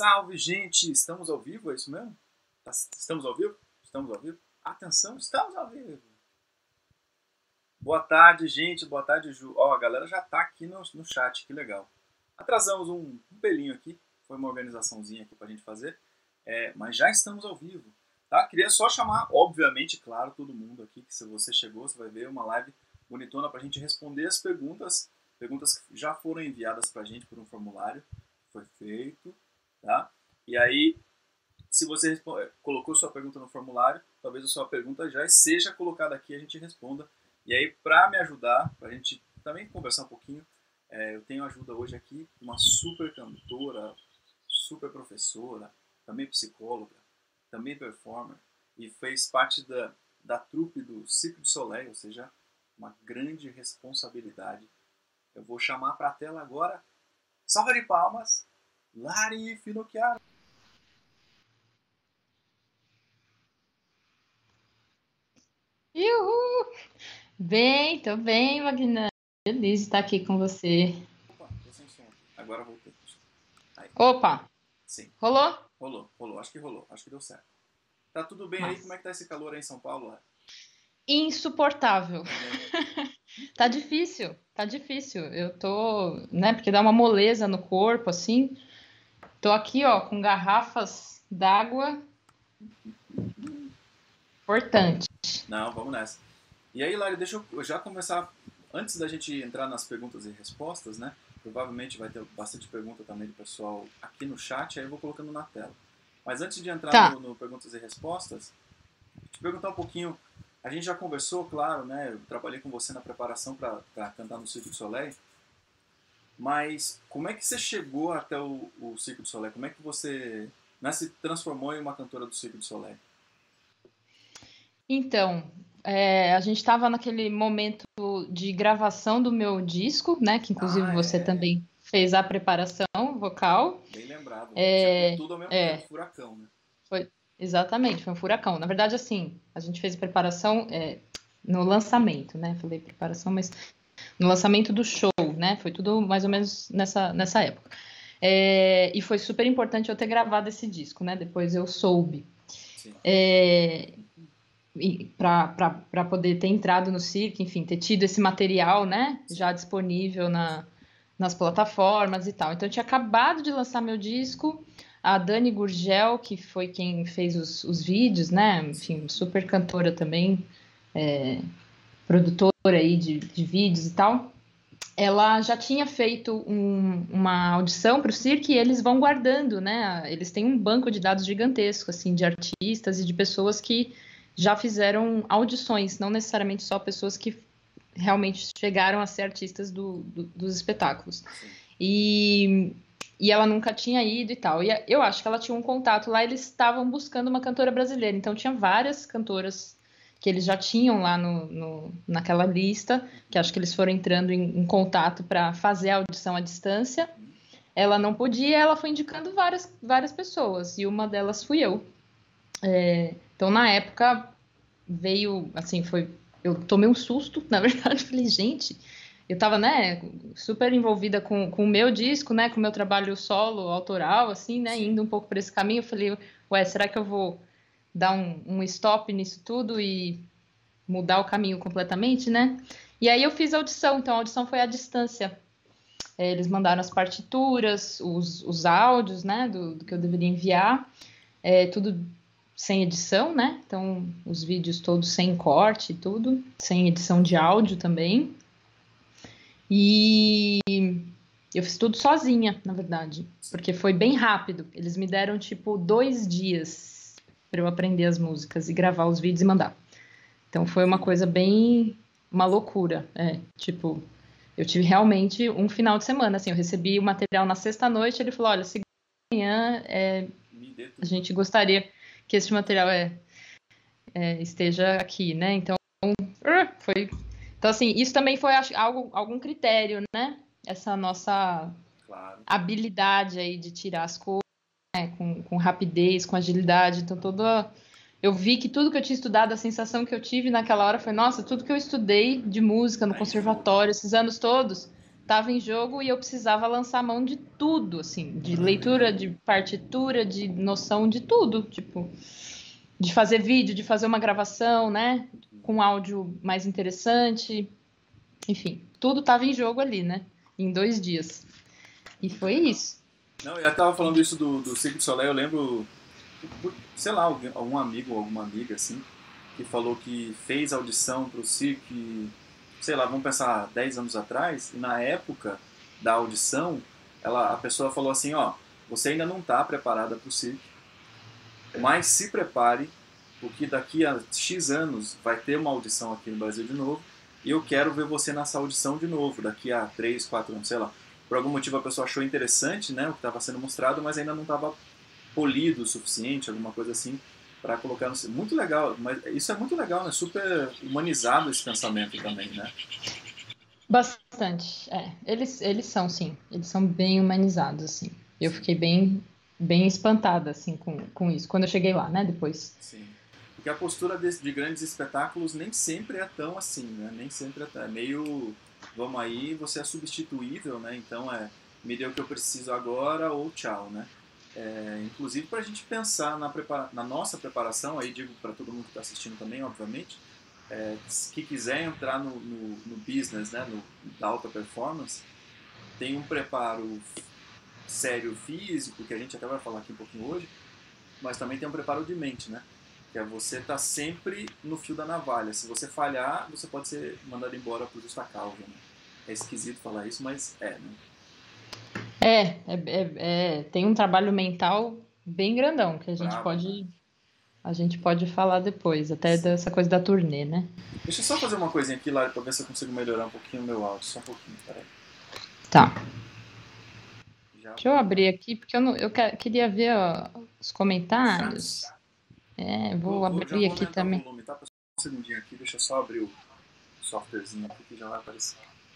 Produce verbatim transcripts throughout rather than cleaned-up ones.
Salve, gente! Estamos ao vivo, é isso mesmo? Estamos ao vivo? Estamos ao vivo? Atenção, estamos ao vivo! Boa tarde, gente. Boa tarde, Ju. Ó, a galera já tá aqui no, no chat, que legal. Atrasamos um, um pelinho aqui, foi uma organizaçãozinha aqui pra gente fazer, é, mas já estamos ao vivo, tá? Queria só chamar, obviamente, claro, todo mundo aqui, que se você chegou, você vai ver uma live bonitona pra gente responder as perguntas, perguntas que já foram enviadas pra gente por um formulário, foi feito, tá? E aí, se você colocou sua pergunta no formulário, talvez a sua pergunta já seja colocada aqui e a gente responda. E aí, para me ajudar, para a gente também conversar um pouquinho, é, eu tenho ajuda hoje aqui, uma super cantora, super professora, também psicóloga, também performer, e fez parte da, da trupe do Cirque du Soleil, ou seja, uma grande responsabilidade. Eu vou chamar para a tela agora, salva de palmas, Lari Finocchiaro. Uhul! Bem, tô bem, Wagner. Feliz de estar aqui com você. Opa, tô sem som aqui. Agora voltei. Aí. Opa! Sim. Rolou? Rolou, rolou. Acho que rolou. Acho que deu certo. Tá tudo bem Mas... aí? Como é que tá esse calor aí em São Paulo? Lá? Insuportável. É Tá difícil, tá difícil. Eu tô, né, porque dá uma moleza no corpo, assim. Tô aqui, ó, com garrafas d'água. Importante. Não, vamos nessa. E aí, Lari, deixa eu já começar, antes da gente entrar nas perguntas e respostas, né? Provavelmente vai ter bastante pergunta também do pessoal aqui no chat, aí eu vou colocando na tela. Mas antes de entrar Tá. no, no perguntas e respostas, te perguntar um pouquinho, a gente já conversou, claro, né? Eu trabalhei com você na preparação para cantar no Cirque du Soleil, mas como é que você chegou até o, o Cirque du Soleil? Como é que você, né, se transformou em uma cantora do Cirque du Soleil? Então, é, a gente estava naquele momento de gravação do meu disco, né? Que inclusive Ah, você é. também fez a preparação vocal. Bem lembrado. Tipo, É, tudo ao mesmo tempo, é, furacão, né? foi exatamente, foi um furacão. Na verdade, assim, a gente fez a preparação é, no lançamento, né? Falei preparação, mas no lançamento do show, né? Foi tudo mais ou menos nessa, nessa época. É, e foi super importante eu ter gravado esse disco, né? Depois eu soube. Sim. É, para poder ter entrado no Cirque, enfim, ter tido esse material, né, Sim. já disponível na, nas plataformas e tal. Então, eu tinha acabado de lançar meu disco, a Dani Gurgel, que foi quem fez os, os vídeos, né, enfim, super cantora também, é, produtora aí de, de vídeos e tal, ela já tinha feito um, uma audição para o Cirque e eles vão guardando, né, eles têm um banco de dados gigantesco, assim, de artistas e de pessoas que já fizeram audições, não necessariamente só pessoas que realmente chegaram a ser artistas do, do, dos espetáculos. E, e ela nunca tinha ido e tal. E eu acho que ela tinha um contato lá, eles estavam buscando uma cantora brasileira. Então tinha várias cantoras que eles já tinham lá no, no, naquela lista, que acho que eles foram entrando em, em contato para fazer a audição à distância. Ela não podia, ela foi indicando várias, várias pessoas, e uma delas fui eu. É, então, na época, veio, assim, foi... Eu tomei um susto, na verdade, falei, gente, eu tava, né, super envolvida com, com o meu disco, né, com o meu trabalho solo, autoral, assim, né, Sim. indo um pouco por esse caminho, eu falei, ué, será que eu vou dar um, um stop nisso tudo e mudar o caminho completamente, né? E aí eu fiz a audição, então a audição foi à distância. É, eles mandaram as partituras, os, os áudios, né, do, do que eu deveria enviar, é, tudo sem edição, né? Então, os vídeos todos sem corte e tudo, sem edição de áudio também. E eu fiz tudo sozinha, na verdade, porque foi bem rápido. Eles me deram, tipo, dois dias para eu aprender as músicas e gravar os vídeos e mandar. Então, foi uma coisa bem... uma loucura, é, tipo... Eu tive realmente um final de semana, assim, eu recebi o material na sexta-noite, ele falou, olha, segunda manhã, é, a gente gostaria que esse material é, é, esteja aqui, né? Então, foi... Então, assim, isso também foi acho, algo, algum critério, né? Essa nossa claro. habilidade aí de tirar as coisas, né? com, com rapidez, com agilidade. Então, toda... Eu vi que tudo que eu tinha estudado, a sensação que eu tive naquela hora foi, nossa, tudo que eu estudei de música no Tá conservatório, esses anos todos, estava em jogo e eu precisava lançar a mão de tudo, assim, de leitura, de partitura, de noção de tudo, tipo, de fazer vídeo, de fazer uma gravação, né, com áudio mais interessante, enfim, tudo estava em jogo ali, né, em dois dias. E foi isso. Não, eu tava falando isso do, do Cirque du Soleil, eu lembro, sei lá, alguém, algum amigo ou alguma amiga, assim, que falou que fez audição pro Cirque, sei lá, vamos pensar, dez anos atrás, e na época da audição, ela, a pessoa falou assim, ó, você ainda não tá preparada pro Cirque, mas se prepare, porque daqui a X anos vai ter uma audição aqui no Brasil de novo, e eu quero ver você nessa audição de novo, daqui a três, quatro anos, sei lá. Por algum motivo a pessoa achou interessante, né, o que estava sendo mostrado, mas ainda não estava polido o suficiente, alguma coisa assim, para colocar no... Muito legal, mas isso é muito legal, né? Super humanizado esse pensamento também, né? Bastante, é. Eles, eles são, sim. Eles são bem humanizados, assim. Eu fiquei bem, bem espantada, assim, com, com isso. Quando eu cheguei lá, né, depois. Sim. Porque a postura de, de grandes espetáculos nem sempre é tão assim, né? Nem sempre é tão... É meio... Vamos aí, você é substituível, né? Então é... Me dê o que eu preciso agora ou tchau, né? É, inclusive para a gente pensar na, prepara... na nossa preparação, aí digo para todo mundo que está assistindo também, obviamente, é, que quiser entrar no, no, no business, né, no, da alta performance, tem um preparo sério físico, que a gente até vai falar aqui um pouquinho hoje, mas também tem um preparo de mente, né? Que é você estar tá sempre no fio da navalha. Se você falhar, você pode ser mandado embora por justa causa, né? É esquisito falar isso, mas é, né? É, é, é, é, tem um trabalho mental bem grandão que a gente Bravo, pode, né? a gente pode falar depois, até dessa coisa da turnê, né? Deixa eu só fazer uma coisinha aqui, Lari, pra ver se eu consigo melhorar um pouquinho o meu áudio. Só um pouquinho, peraí. Tá. Já Deixa eu abrir aqui, porque eu, não, eu que- queria ver ó, os comentários. chats. É, vou Vou, vou, já abrir vou aqui aumentar o também. volume, tá, pessoal? Um segundinho aqui, deixa eu só abrir o softwarezinho aqui que já vai aparecer.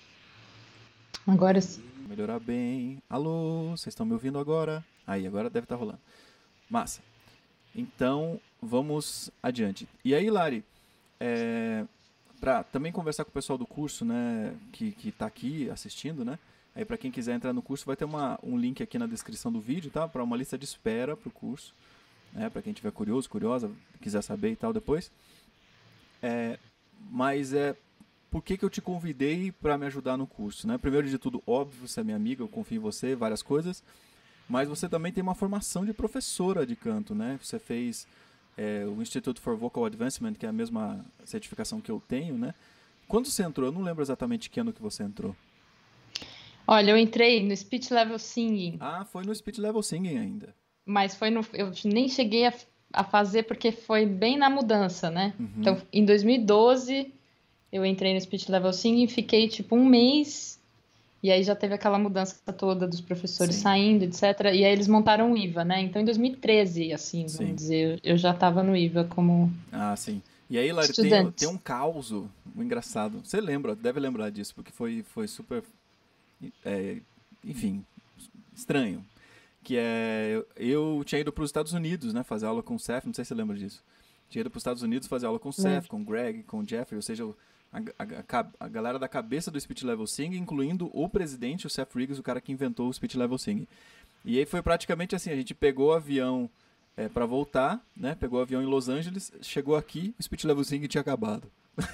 Agora sim. Melhorar bem. Alô, vocês estão me ouvindo agora? Aí, agora deve estar rolando. Massa. Então, vamos adiante. E aí, Lari, é, para também conversar com o pessoal do curso, né, que que está aqui assistindo, né? Aí, para quem quiser entrar no curso, vai ter uma, um link aqui na descrição do vídeo, tá? Para uma lista de espera para o curso, né? Para quem tiver curioso, curiosa, quiser saber e tal depois. É, mas é por que, que eu te convidei para me ajudar no curso, né? Primeiro de tudo, óbvio, você é minha amiga, eu confio em você, várias coisas. Mas você também tem uma formação de professora de canto, né? Você fez é, o Institute for Vocal Advancement, que é a mesma certificação que eu tenho, né? Quando você entrou? Eu não lembro exatamente que ano que você entrou. Olha, eu entrei no Speech Level Singing, Ah, foi no Speech Level Singing ainda. mas foi no, eu nem cheguei a, a fazer porque foi bem na mudança, né? Uhum. Então, em dois mil e doze, eu entrei no Speech Level Singing, fiquei tipo um mês, e aí já teve aquela mudança toda dos professores Sim. saindo, etcétera. E aí eles montaram o I V A, né? Então, em dois mil e treze, assim, vamos Sim. dizer, eu já estava no I V A como Ah, sim. E aí, Lari, tem, estudante. tem um caos engraçado. Você lembra, deve lembrar disso, porque foi, foi super, é, enfim, estranho. Que é, eu, eu tinha ido para os Estados Unidos, né, fazer aula com o Seth, não sei se você lembra disso. Tinha ido para os Estados Unidos fazer aula com o Seth, Lembro. com o Greg, com o Jeffrey, ou seja, a, a, a, a galera da cabeça do Speech Level Singing, incluindo o presidente, o Seth Riggs, o cara que inventou o Speech Level Singing. E aí foi praticamente assim, a gente pegou o avião é, para voltar, né, pegou o avião em Los Angeles, chegou aqui, o Speech Level Singing tinha acabado.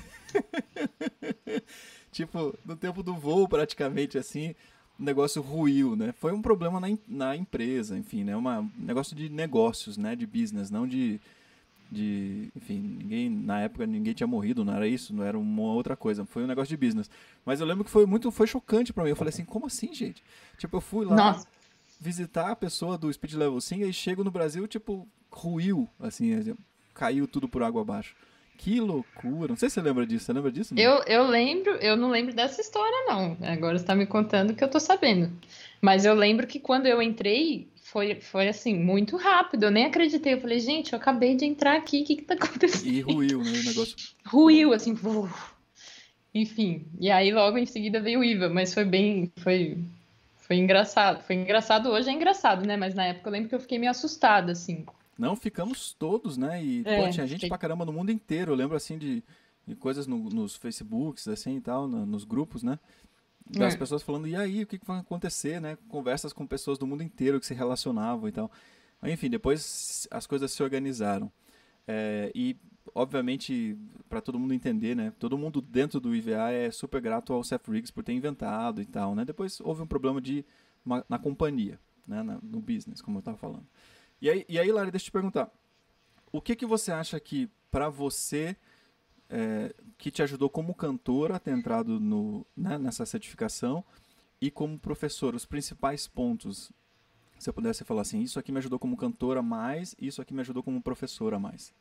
Tipo, no tempo do voo, praticamente, assim, o negócio ruiu, né? Foi um problema na, na empresa, enfim, né? Um negócio de negócios, né? De business, não de, de... Enfim, ninguém, na época ninguém tinha morrido, não era isso, não era uma outra coisa. Foi um negócio de business. Mas eu lembro que foi muito, foi chocante pra mim. Eu falei assim, como assim, gente? Tipo, eu fui lá Nossa. visitar a pessoa do Speed Level Sing e chego no Brasil, tipo, ruiu, assim, caiu tudo por água abaixo. Que loucura. Não sei se você lembra disso. Você lembra disso? Não? Eu, eu lembro, eu não lembro dessa história, não. Agora você está me contando que eu tô sabendo. Mas eu lembro que quando eu entrei, foi, foi assim, muito rápido. Eu nem acreditei. Eu falei, gente, eu acabei de entrar aqui, o que que tá acontecendo? E ruiu, né? O negócio. Ruiu, assim, uf. Enfim. E aí logo em seguida veio o I V A, mas foi bem, foi, foi engraçado. Foi engraçado hoje, é engraçado, né? Mas na época eu lembro que eu fiquei meio assustada, assim. Não, ficamos todos, né? E, É, pô, tinha gente fiquei- pra caramba no mundo inteiro. Eu lembro, assim, de, de coisas no- nos Facebooks, assim, e tal, no- nos grupos, né? das É. pessoas falando, e aí, o que que vai acontecer, né? Conversas com pessoas do mundo inteiro que se relacionavam e tal. Enfim, depois as coisas se organizaram. É, e, obviamente, para todo mundo entender, né? Todo mundo dentro do I V A é super grato ao Seth Riggs por ter inventado e tal, né? Depois houve um problema de, uma- na companhia, né? Na- no business, como eu estava falando. E aí, e aí, Lari, deixa eu te perguntar. O que que você acha que, para você, é, que te ajudou como cantora a ter entrado no, né, nessa certificação e como professora, os principais pontos, se eu pudesse falar assim, isso aqui me ajudou como cantora a mais, isso aqui me ajudou como professora a mais.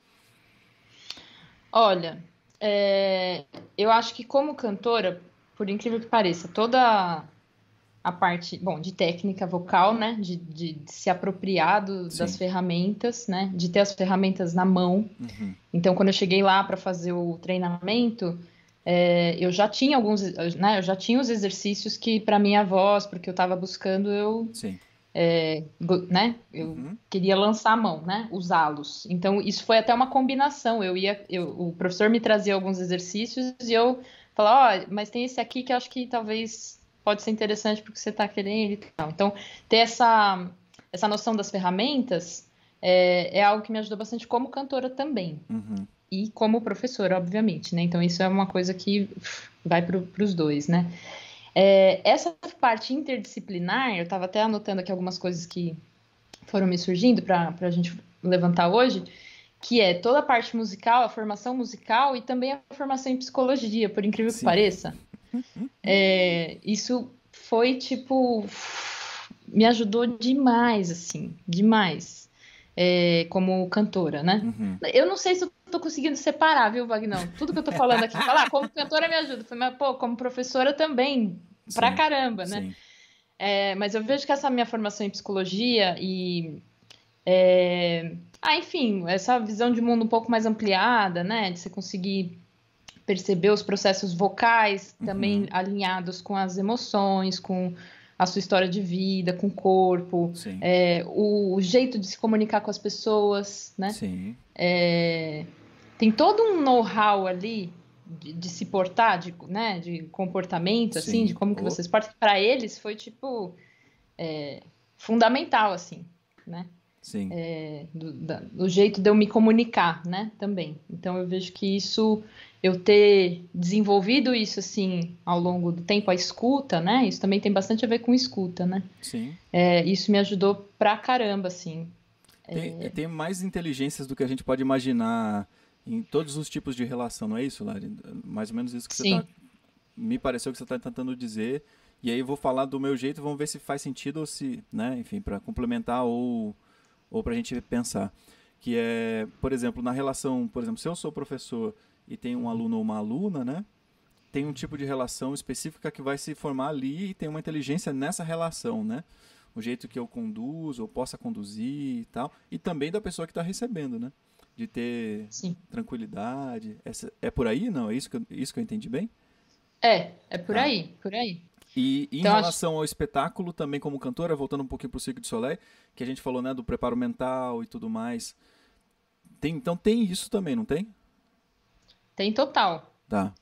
Olha, é, eu acho que como cantora, por incrível que pareça, toda a parte, bom, de técnica vocal, né, de, de- de se apropriar do- das Sim. ferramentas, né, de ter as ferramentas na mão. Uhum. Então, quando eu cheguei lá para fazer o treinamento, é, eu já tinha alguns, né, eu já tinha os exercícios que para minha voz, porque eu estava buscando, eu Sim. go- né? Eu Uhum. queria lançar a mão, né? Usá-los. Então, isso foi até uma combinação. Eu ia, eu, o professor me trazia alguns exercícios e eu falava, ó, mas tem esse aqui que eu acho que talvez pode ser interessante porque você está querendo e tal. Então, ter essa, essa noção das ferramentas é, é algo que me ajudou bastante como cantora também. Uhum. E como professora, obviamente, né? Então, isso é uma coisa que uf, vai para os dois, né? É, essa parte interdisciplinar, eu estava até anotando aqui algumas coisas que foram me surgindo para a gente levantar hoje, que é toda a parte musical, a formação musical e também a formação em psicologia, por incrível que Sim. pareça. É, isso foi, tipo, me ajudou demais, assim, demais, é, como cantora, né? Uhum. Eu não sei se eu tô conseguindo separar, viu, Vagnão? Tudo que eu tô falando aqui, falar, como cantora me ajuda, mas, pô, como professora também, pra Sim. caramba, né? Sim. É, mas eu vejo que essa minha formação em psicologia e, é, ah, enfim, essa visão de mundo um pouco mais ampliada, né? De você conseguir perceber os processos vocais também Uhum. alinhados com as emoções, com a sua história de vida, com o corpo, Sim. é, o, o jeito de se comunicar com as pessoas, né? Sim. É, tem todo um know-how ali de, de se portar, de, né, de comportamento, assim, de Sim. como que Oh, você se porta, que para eles foi, tipo, é, fundamental, assim, né? sim. É, do, da- do jeito de eu me comunicar, né, também. Então eu vejo que isso, eu ter desenvolvido isso, assim, ao longo do tempo, a escuta, né, isso também tem bastante a ver com escuta, né? Sim. É, isso me ajudou pra caramba, assim. Tem, tem mais inteligências do que a gente pode imaginar em todos os tipos de relação, não é isso, Lari? Mais ou menos isso que você Sim. está. Me pareceu que você está tentando dizer. E aí eu vou falar do meu jeito, vamos ver se faz sentido ou se, né, enfim, para complementar ou, ou para a gente pensar. Que é, por exemplo, na relação, por exemplo, se eu sou professor e tenho um aluno ou uma aluna, né? Tem um tipo de relação específica que vai se formar ali e tem uma inteligência nessa relação, né? O jeito que eu conduzo, ou possa conduzir e tal. E também da pessoa que está recebendo, né? De ter Sim. tranquilidade. Essa, é por aí? Não? É isso que, eu, isso que eu entendi bem? É, é por Tá. aí, por aí. E em Então, acho, relação ao espetáculo, também como cantora, voltando um pouquinho pro Cirque du Soleil, que a gente falou, né, do preparo mental e tudo mais. Tem, então tem isso também, não tem? tem total. Tá.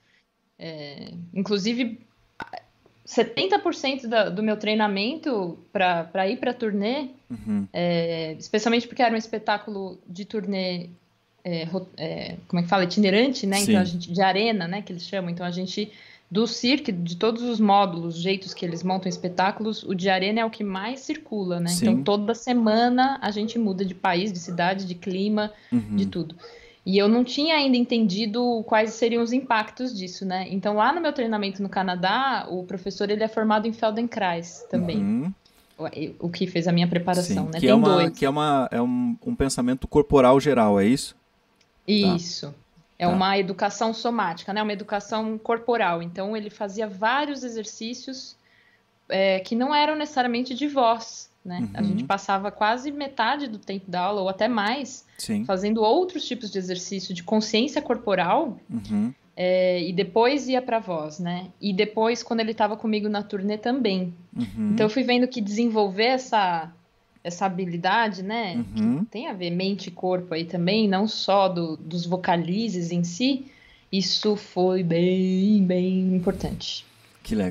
Inclusive, setenta por cento da, do meu treinamento para ir para turnê, Uhum. é, especialmente porque era um espetáculo de turnê, é, ro- é, como é que fala? Itinerante, né? Então, a Sim. gente, de arena, né? Que eles chamam. Então, a gente, do cirque, de todos os módulos, jeitos que eles montam espetáculos, o de arena é o que mais circula, né? Então, Sim. toda semana a gente muda de país, de cidade, de clima, de Uhum. tudo. E eu não tinha ainda entendido quais seriam os impactos disso, né? Então, lá no meu treinamento no Canadá, o professor ele é formado em Feldenkrais também, Uhum. o, o que fez a minha preparação, Sim. né? Que é Tem uma, dois. que é uma, é um, um pensamento corporal geral, é isso? Tá. Isso. É Tá. uma educação somática, né? Uma educação corporal. Então, ele fazia vários exercícios é, que não eram necessariamente de voz, né? A gente Uhum. passava quase metade do tempo da aula, ou até mais, Sim. fazendo outros tipos de exercício de consciência corporal, Uhum. é, e depois ia para voz, né? E depois, quando ele estava comigo na turnê também. Uhum. Então, eu fui vendo que desenvolver essa, essa habilidade, né? Que Uhum. tem a ver mente e corpo aí também, não só do, dos vocalizes em si, isso foi bem, bem importante. Que legal.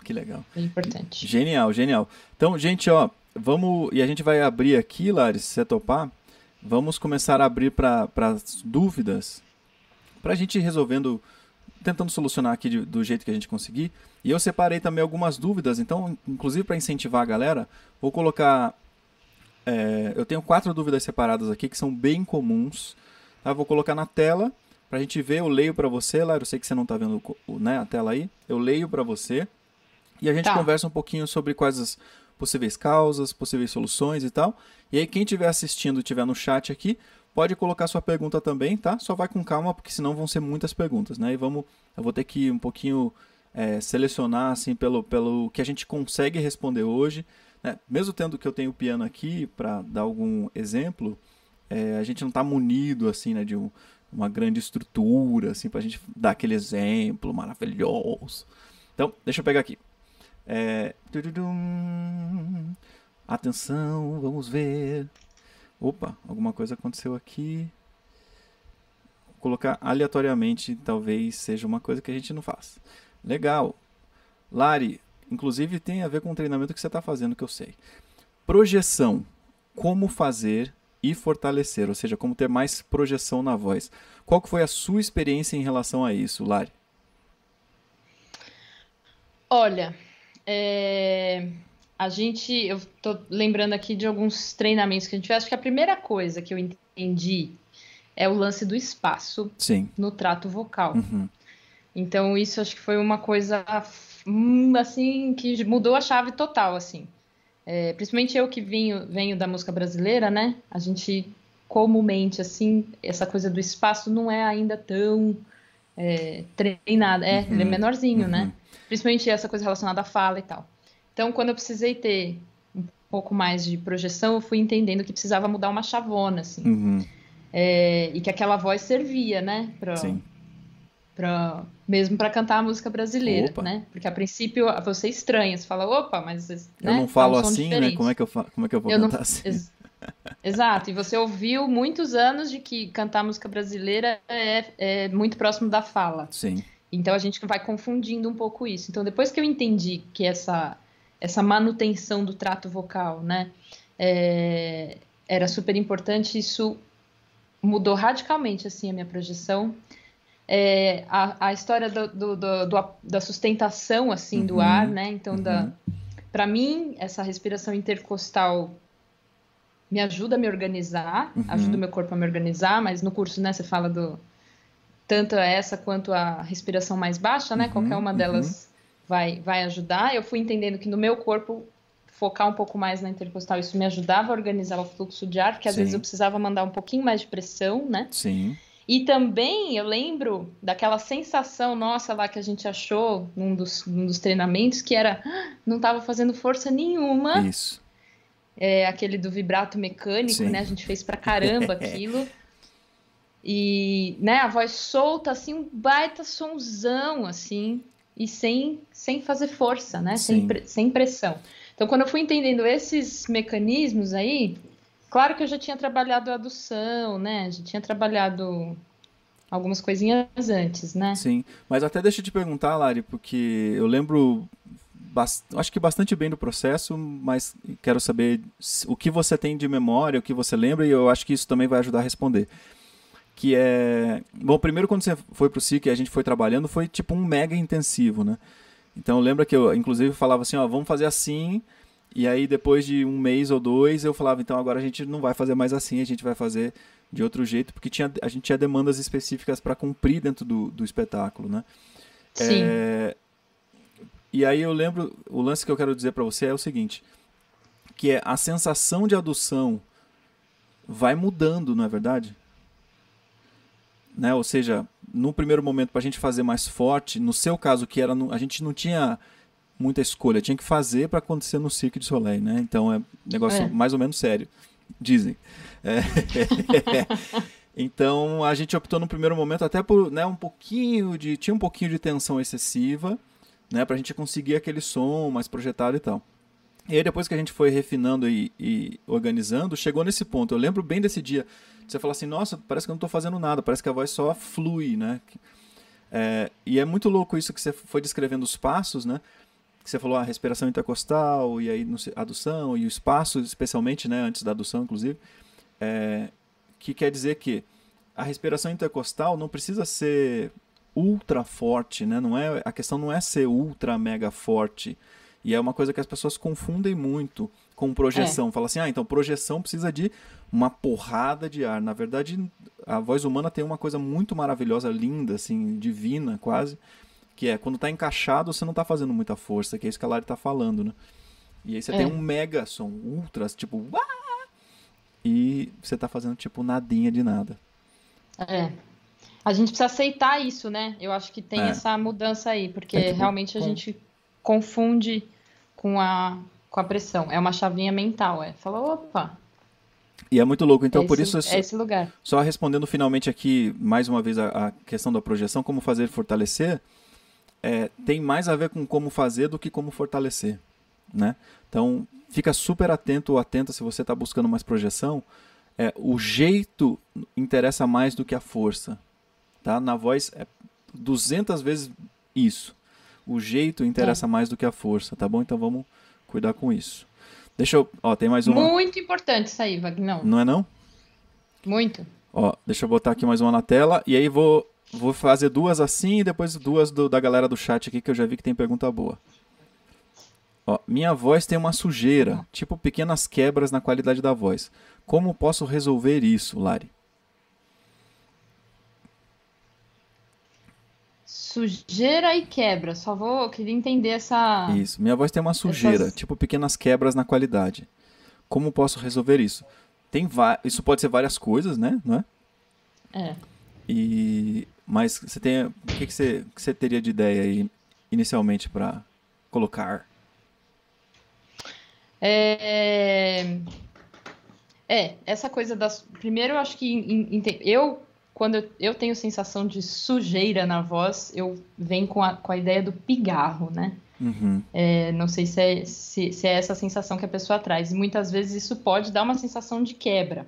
Que legal. É importante. Genial, genial. Então, gente, ó, vamos... E a gente vai abrir aqui, Lari, se você topar, vamos começar a abrir para as dúvidas, para a gente ir resolvendo, tentando solucionar aqui de, do jeito que a gente conseguir. E eu separei também algumas dúvidas, então, inclusive para incentivar a galera, vou colocar... É, eu tenho quatro dúvidas separadas aqui que são bem comuns. Tá? Vou colocar na tela para a gente ver. Eu leio para você, Lara. Eu sei que você não está vendo, né, a tela aí. Eu leio para você e a gente Tá. conversa um pouquinho sobre quais as possíveis causas, possíveis soluções e tal. E aí quem estiver assistindo e estiver no chat aqui, pode colocar sua pergunta também, tá? Só vai com calma, porque senão vão ser muitas perguntas, né? E vamos, eu vou ter que um pouquinho é, selecionar assim pelo, pelo que a gente consegue responder hoje. É, mesmo tendo que eu tenho o piano aqui para dar algum exemplo, é, a gente não está munido assim, né, de um, uma grande estrutura assim, para a gente dar aquele exemplo maravilhoso. Então, deixa eu pegar aqui. É, atenção, vamos ver. Opa, alguma coisa aconteceu aqui. Vou colocar aleatoriamente, talvez seja uma coisa que a gente não faz. Legal. Lari, inclusive tem a ver com o treinamento que você está fazendo, que eu sei. Projeção. Como fazer e fortalecer, ou seja, como ter mais projeção na voz. Qual que foi a sua experiência em relação a isso, Lari? Olha, é, a gente, eu tô lembrando aqui de alguns treinamentos que a gente fez. Acho que a primeira coisa que eu entendi é o lance do espaço Sim. no trato vocal. Uhum. Então, isso acho que foi uma coisa hum, assim que mudou a chave total, assim. É, principalmente eu que venho, venho da música brasileira, né? A gente comumente, assim, essa coisa do espaço não é ainda tão é, treinada. É, Uhum. ele é menorzinho, Uhum. né? Principalmente essa coisa relacionada à fala e tal. Então, quando eu precisei ter um pouco mais de projeção, eu fui entendendo que precisava mudar uma chavona, assim. Uhum. É, e que aquela voz servia, né? Pra, Sim. pra, mesmo para cantar a música brasileira, Opa. né? Porque a princípio você estranha, você fala, opa, mas Eu né, não falo tá um som assim, diferente. né? Como é que eu, fa... Como é que eu vou Eu não- cantar assim? Ex- Exato, e você ouviu muitos anos de que cantar música brasileira é, é muito próximo da fala. Sim. Então a gente vai confundindo um pouco isso. Então depois que eu entendi que essa, essa manutenção do trato vocal, né, é, era super importante, isso mudou radicalmente assim a minha projeção. É, a, a história do, do- do- do- da sustentação assim do Uhum, ar, né? Então, uhum. para mim, essa respiração intercostal me ajuda a me organizar, Uhum. ajuda o meu corpo a me organizar, mas no curso, né, você fala do tanto essa quanto a respiração mais baixa, né? Uhum, Qualquer uma uhum. delas vai, vai ajudar. Eu fui entendendo que no meu corpo focar um pouco mais na intercostal, isso me ajudava a organizar o fluxo de ar, porque às Sim. vezes eu precisava mandar um pouquinho mais de pressão, né? Sim. E também eu lembro daquela sensação nossa lá que a gente achou num dos, num dos treinamentos, que era, "Ah, não estava fazendo força nenhuma, Isso. é, aquele do vibrato mecânico, Sim. né? A gente fez pra caramba aquilo. E, né, a voz solta, assim, um baita sonzão, assim, e sem, sem fazer força, né? Sem, Sim. pre- sem pressão. Então, quando eu fui entendendo esses mecanismos aí, claro que eu já tinha trabalhado a adução, né? Já tinha trabalhado algumas coisinhas antes, né? Sim. Mas até deixa eu te perguntar, Lari, porque eu lembro, bas- acho que bastante bem do processo, mas quero saber s- o que você tem de memória, o que você lembra, e eu acho que isso também vai ajudar a responder. Que é... Bom, primeiro quando você foi pro S I C e a gente foi trabalhando, foi tipo um mega intensivo, né? Então lembra que eu, inclusive, falava assim, ó, vamos fazer assim, e aí depois de um mês ou dois, eu falava, então agora a gente não vai fazer mais assim, a gente vai fazer de outro jeito, porque tinha, a gente tinha demandas específicas para cumprir dentro do, do espetáculo, né? Sim. É, E aí eu lembro, o lance que eu quero dizer para você é o seguinte, que é a sensação de adução vai mudando, não é verdade? Né? Ou seja, no primeiro momento, para a gente fazer mais forte, no seu caso, que era no- a gente não tinha muita escolha, tinha que fazer para acontecer no Cirque du Soleil, né? Então é um negócio É. mais ou menos sério, dizem. É. Então a gente optou no primeiro momento até por, né, um pouquinho de, tinha um pouquinho de tensão excessiva, né, para a gente conseguir aquele som mais projetado e tal. E aí depois que a gente foi refinando e, e organizando, chegou nesse ponto. Eu lembro bem desse dia. Você fala assim, nossa, parece que eu não estou fazendo nada, parece que a voz só flui, né? É, e é muito louco isso que você foi descrevendo os passos, né? que você falou a respiração intercostal, e aí a adução, e o espaço, especialmente, né, antes da adução, inclusive, é, que quer dizer que a respiração intercostal não precisa ser ultra forte, né? Não é, a questão não é ser ultra mega forte. E é uma coisa que as pessoas confundem muito com projeção. É. Fala assim, ah, então projeção precisa de uma porrada de ar. Na verdade, a voz humana tem uma coisa muito maravilhosa, linda, assim, divina quase, que é quando está encaixado, você não está fazendo muita força, que é isso que a Lari está falando, né? E aí você é. tem um mega som, ultra, tipo, uá! E você está fazendo tipo nadinha de nada. É. A gente precisa aceitar isso, né? Eu acho que tem é. essa mudança aí, porque é, tipo, realmente a com... gente confunde com a, com a pressão. É uma chavinha mental, é. Fala, opa. E é muito louco, então é por esse, isso... É esse lugar. Só respondendo finalmente aqui, mais uma vez, a, a questão da projeção, como fazer fortalecer, é, tem mais a ver com como fazer do que como fortalecer, né? Então, fica super atento ou atenta se você está buscando mais projeção. É, o jeito interessa mais do que a força. Tá? Na voz é duzentas vezes isso. O jeito interessa é. mais do que a força, tá bom? Então vamos cuidar com isso. Deixa eu... Ó, tem mais uma... Muito importante isso aí, Vagnão. Não é não? Muito. Ó, deixa eu botar aqui mais uma na tela. E aí vou, vou fazer duas assim e depois duas do, da galera do chat aqui, que eu já vi que tem pergunta boa. Ó, minha voz tem uma sujeira, tipo pequenas quebras na qualidade da voz. Como posso resolver isso, Lari? Sujeira e quebra. Só vou... Queria entender essa... Isso. Minha voz tem uma sujeira, Essas... tipo pequenas quebras na qualidade. Como posso resolver isso? Tem va... Isso pode ser várias coisas, né? Não é? É. E... Mas você tem... O que, que, você... que você teria de ideia aí, inicialmente, para colocar? É... É, essa coisa das... Primeiro, eu acho que... Eu... Quando eu, eu tenho sensação de sujeira na voz, eu venho com a, com a ideia do pigarro, né? Uhum. É, não sei se é, se, se é essa sensação que a pessoa traz. E muitas vezes isso pode dar uma sensação de quebra.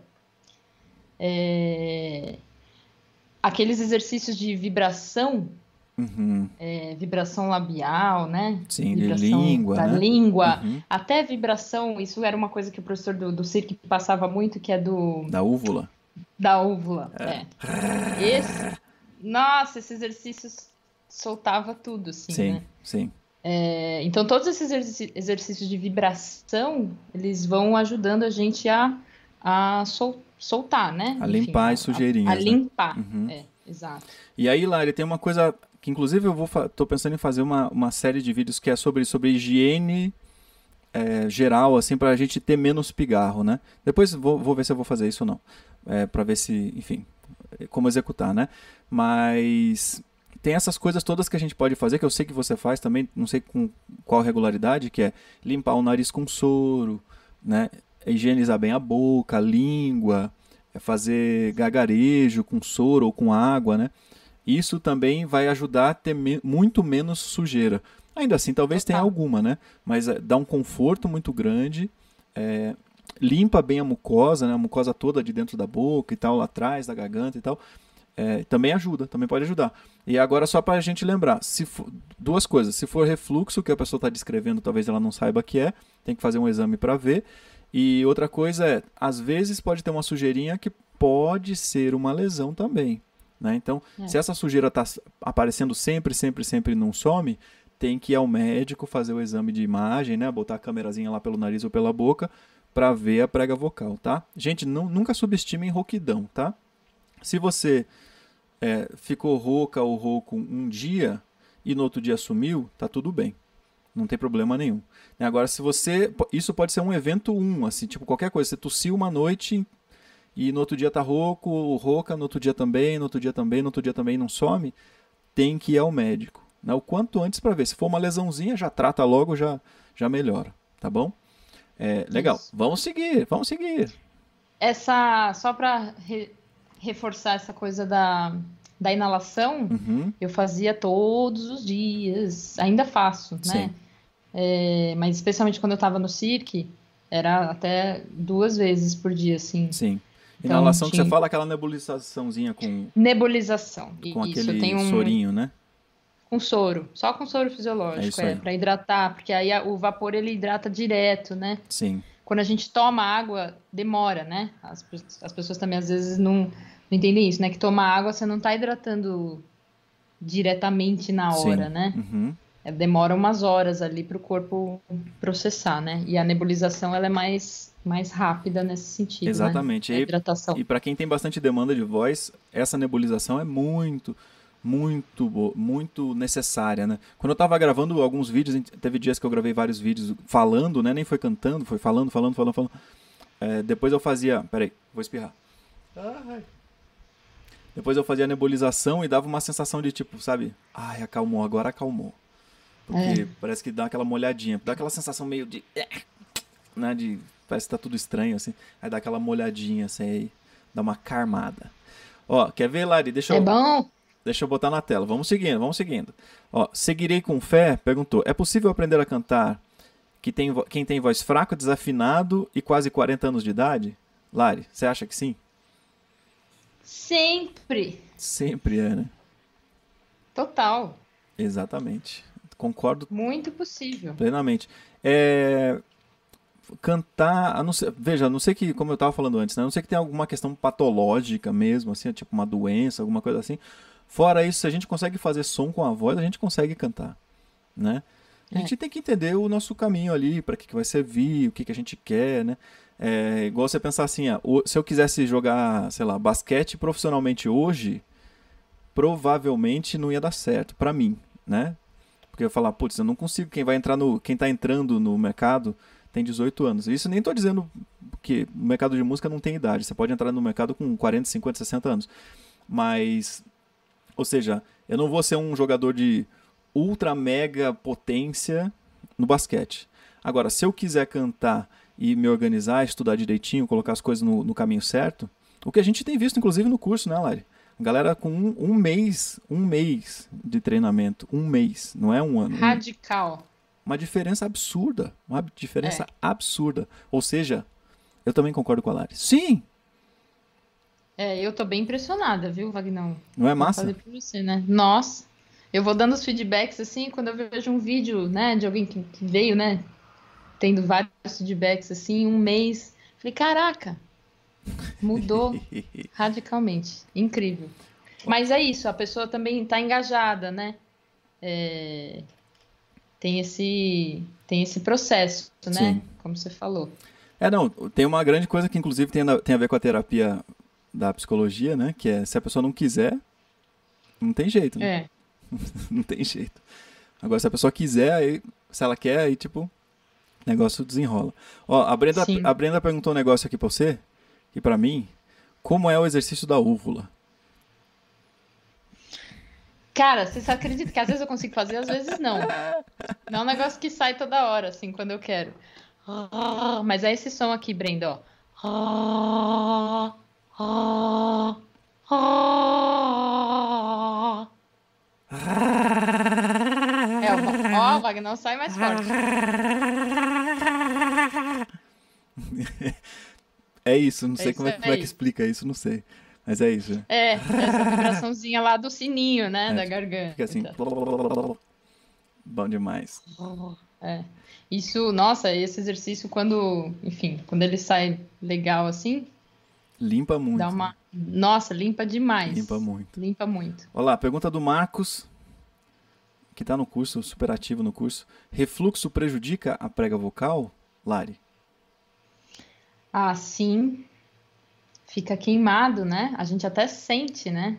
É, aqueles exercícios de vibração, uhum. é, vibração labial, né? Sim, vibração de língua, da né? língua. Uhum. Até vibração, isso era uma coisa que o professor do, do circo passava muito, que é do... Da úvula. Da úvula, é. é. Esse, nossa, esse exercício soltava tudo, assim, sim, né? Sim, é, então, todos esses exerc- exercícios de vibração, eles vão ajudando a gente a, a sol, soltar, né? A Enfim, limpar as sujeirinhas, A, a né? limpar, uhum. é, exato. E aí, Lari, tem uma coisa que, inclusive, eu vou fa- tô pensando em fazer uma, uma série de vídeos que é sobre, sobre higiene... É, geral, assim, pra gente ter menos pigarro, né? Depois vou, vou ver se eu vou fazer isso ou não. É, pra ver se, enfim, como executar, né? Mas tem essas coisas todas que a gente pode fazer, que eu sei que você faz também, não sei com qual regularidade, que é limpar o nariz com soro, né? Higienizar bem a boca, a língua, é fazer gargarejo com soro ou com água, né? Isso também vai ajudar a ter me- muito menos sujeira. Ainda assim, talvez Total. tenha alguma, né? Mas é, dá um conforto muito grande, é, limpa bem a mucosa, né? A mucosa toda de dentro da boca e tal, lá atrás, da garganta e tal. É, também ajuda, também pode ajudar. E agora, só para a gente lembrar, se for, duas coisas. Se for refluxo, que a pessoa está descrevendo, talvez ela não saiba o que é, tem que fazer um exame para ver. E outra coisa é, às vezes pode ter uma sujeirinha que pode ser uma lesão também, né? Então, é. se essa sujeira está aparecendo sempre, sempre, sempre e não some... tem que ir ao médico fazer o exame de imagem, né? Botar a câmerazinha lá pelo nariz ou pela boca para ver a prega vocal, tá? Gente, não, nunca subestimem rouquidão, tá? Se você é, ficou rouca ou rouco um dia e no outro dia sumiu, tá tudo bem. Não tem problema nenhum. Agora, se você... Isso pode ser um evento um, assim, tipo qualquer coisa. Você tossiu uma noite e no outro dia tá rouco, ou rouca, no outro dia também, no outro dia também, no outro dia também não some, tem que ir ao médico. O quanto antes para ver. Se for uma lesãozinha, já trata logo, já, já melhora. Tá bom? É, legal. Isso. Vamos seguir, vamos seguir. Essa, só para re, reforçar essa coisa da, da inalação, uhum. eu fazia todos os dias. Ainda faço, né? É, mas especialmente quando eu estava no cirque, era até duas vezes por dia, assim. Sim. Então, inalação tinha... que você fala, aquela nebulizaçãozinha com... Nebulização. Com Isso, aquele eu tenho um... sorinho, né? Com soro, só com soro É fisiológico, isso é, aí. para hidratar, porque aí a- o vapor ele hidrata direto, né? Sim, Quando a gente toma água, demora, né? As, pe- as pessoas também às vezes não, não entendem isso, né? Que tomar água você não tá hidratando diretamente na sim. hora, né? Uhum. É, demora umas horas ali para o corpo processar, né? E a nebulização ela é mais, mais rápida nesse sentido, né? Exatamente. A E, hidratação. e para quem tem bastante demanda de voz, essa nebulização é muito, muito, bo- muito necessária, né? Quando eu tava gravando alguns vídeos, teve dias que eu gravei vários vídeos falando, né? Nem foi cantando, foi falando, falando, falando, falando. É, depois eu fazia. Peraí, vou espirrar. Depois eu fazia a nebulização e dava uma sensação de tipo, sabe? Ai, acalmou, agora acalmou. Porque É. parece que dá aquela molhadinha. Dá aquela sensação meio de. Né, de parece que tá tudo estranho, assim. Aí dá aquela molhadinha, assim, aí dá uma carmada. Ó, quer ver, Lari? Deixa É eu, bom? deixa eu botar na tela. Vamos seguindo, vamos seguindo. Ó, seguirei com fé? Perguntou. É possível aprender a cantar que tem, vo- quem tem voz fraca, desafinado e quase quarenta anos de idade? Lari, você acha que sim? Sempre. Sempre é, né? Total. Exatamente. Concordo Muito possível. plenamente. É, cantar, a não ser, veja, a não sei que, como eu estava falando antes, né? A não sei que tem alguma questão patológica mesmo, assim, tipo uma doença, alguma coisa assim. Fora isso, se a gente consegue fazer som com a voz, a gente consegue cantar, né? A É. gente tem que entender o nosso caminho ali, para que, que vai servir, o que, que a gente quer, né? É, igual você pensar assim, ah, o- se eu quisesse jogar, sei lá, basquete profissionalmente hoje, provavelmente não ia dar certo para mim, né? Porque eu ia falar, putz, eu não consigo, quem vai entrar no, quem tá entrando no mercado tem dezoito anos. Isso nem tô dizendo que o mercado de música não tem idade, você pode entrar no mercado com quarenta, cinquenta, sessenta anos. Mas, ou seja, eu não vou ser um jogador de ultra mega potência no basquete. Agora, se eu quiser cantar e me organizar, estudar direitinho, colocar as coisas no, no caminho certo, o que a gente tem visto, inclusive, no curso, né, Lari? A galera com um, um mês, um mês de treinamento, um mês, não é um ano, um- Radical. uma diferença absurda, uma diferença É. absurda. Ou seja, eu também concordo com a Lari. Sim, É, eu tô bem impressionada, viu, Vagnão? não é Como eu massa? falei pra você, né? Nossa, eu vou dando os feedbacks assim, quando eu vejo um vídeo, né, de alguém que, que veio, né, tendo vários feedbacks assim, em um mês. Falei, caraca, mudou radicalmente. Incrível. Mas é isso, a pessoa também tá engajada, né? É, tem esse, tem esse processo, né? Sim. Como você falou. É, não, tem uma grande coisa que inclusive tem, na- tem a ver com a terapia da psicologia, né? Que é se a pessoa não quiser, não tem jeito, né? É, Não tem jeito. Agora, se a pessoa quiser, aí, se ela quer, aí, tipo, o negócio desenrola. Ó, a Brenda, sim. a Brenda perguntou um negócio aqui pra você, e pra mim, como é o exercício da úvula? Cara, você acredita que às vezes eu consigo fazer, às vezes não. Não é um negócio que sai toda hora, assim, quando eu quero. Ah, mas é esse som aqui, Brenda, ó. Ah, ah, ah. É, o Va- ó, Wagner, sai mais forte. É isso, não É sei isso como é, como é que aí. explica isso, não sei. Mas é isso. Né? É, essa vibraçãozinha lá do sininho, né, É, da fica assim. garganta. Bom demais. É. Isso, nossa, esse exercício, quando, enfim, quando ele sai legal assim, Limpa dá muito. Né? uma. Nossa, limpa Limpa demais. muito. Limpa muito. Olha lá, pergunta do Marcos, que está no curso, super ativo no curso. Refluxo prejudica a prega vocal, Lari? Ah, sim, fica queimado, né? A gente até sente, né?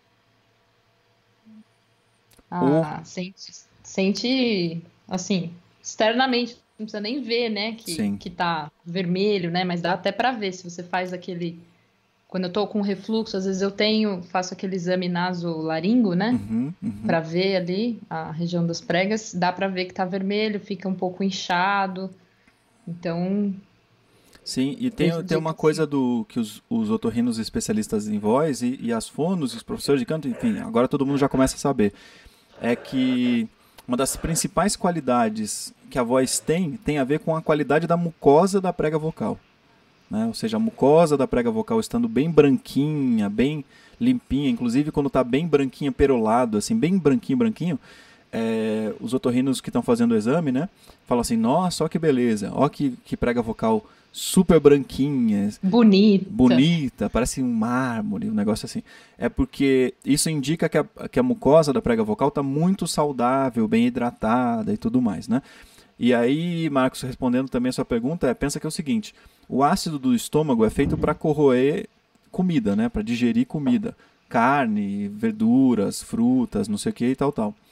Ou, Ah, sente, sente, assim, externamente, não precisa nem ver, né, que, sim. que tá vermelho, né? Mas dá até pra ver se você faz aquele. Quando eu tô com refluxo, às vezes eu tenho, faço aquele exame nasolaringo, né? Uhum, uhum. Pra ver ali a região das pregas, dá pra ver que tá vermelho, fica um pouco inchado. Então, Sim, e tem, tem uma prejudica, coisa sim. do que os, os otorrinos especialistas em voz e, e as fonos, os professores de canto, enfim, agora todo mundo já começa a saber. É que uma das principais qualidades que a voz tem tem a ver com a qualidade da mucosa da prega vocal. né? Ou seja, a mucosa da prega vocal estando bem branquinha, bem limpinha, inclusive quando está bem branquinha, perolado, assim, bem branquinho, branquinho, é, os otorrinos que estão fazendo o exame, né, falam assim, nossa, ó que beleza, ó que, que prega vocal super branquinha, bonita, bonita, parece um mármore, um negócio assim. É porque isso indica que a, que a mucosa da prega vocal está muito saudável, bem hidratada e tudo mais, né? E aí, Marcos, respondendo também a sua pergunta, é, pensa que é o seguinte, o ácido do estômago é feito para corroer comida, né, para digerir comida, carne, verduras, frutas, não sei o que e tal, tal.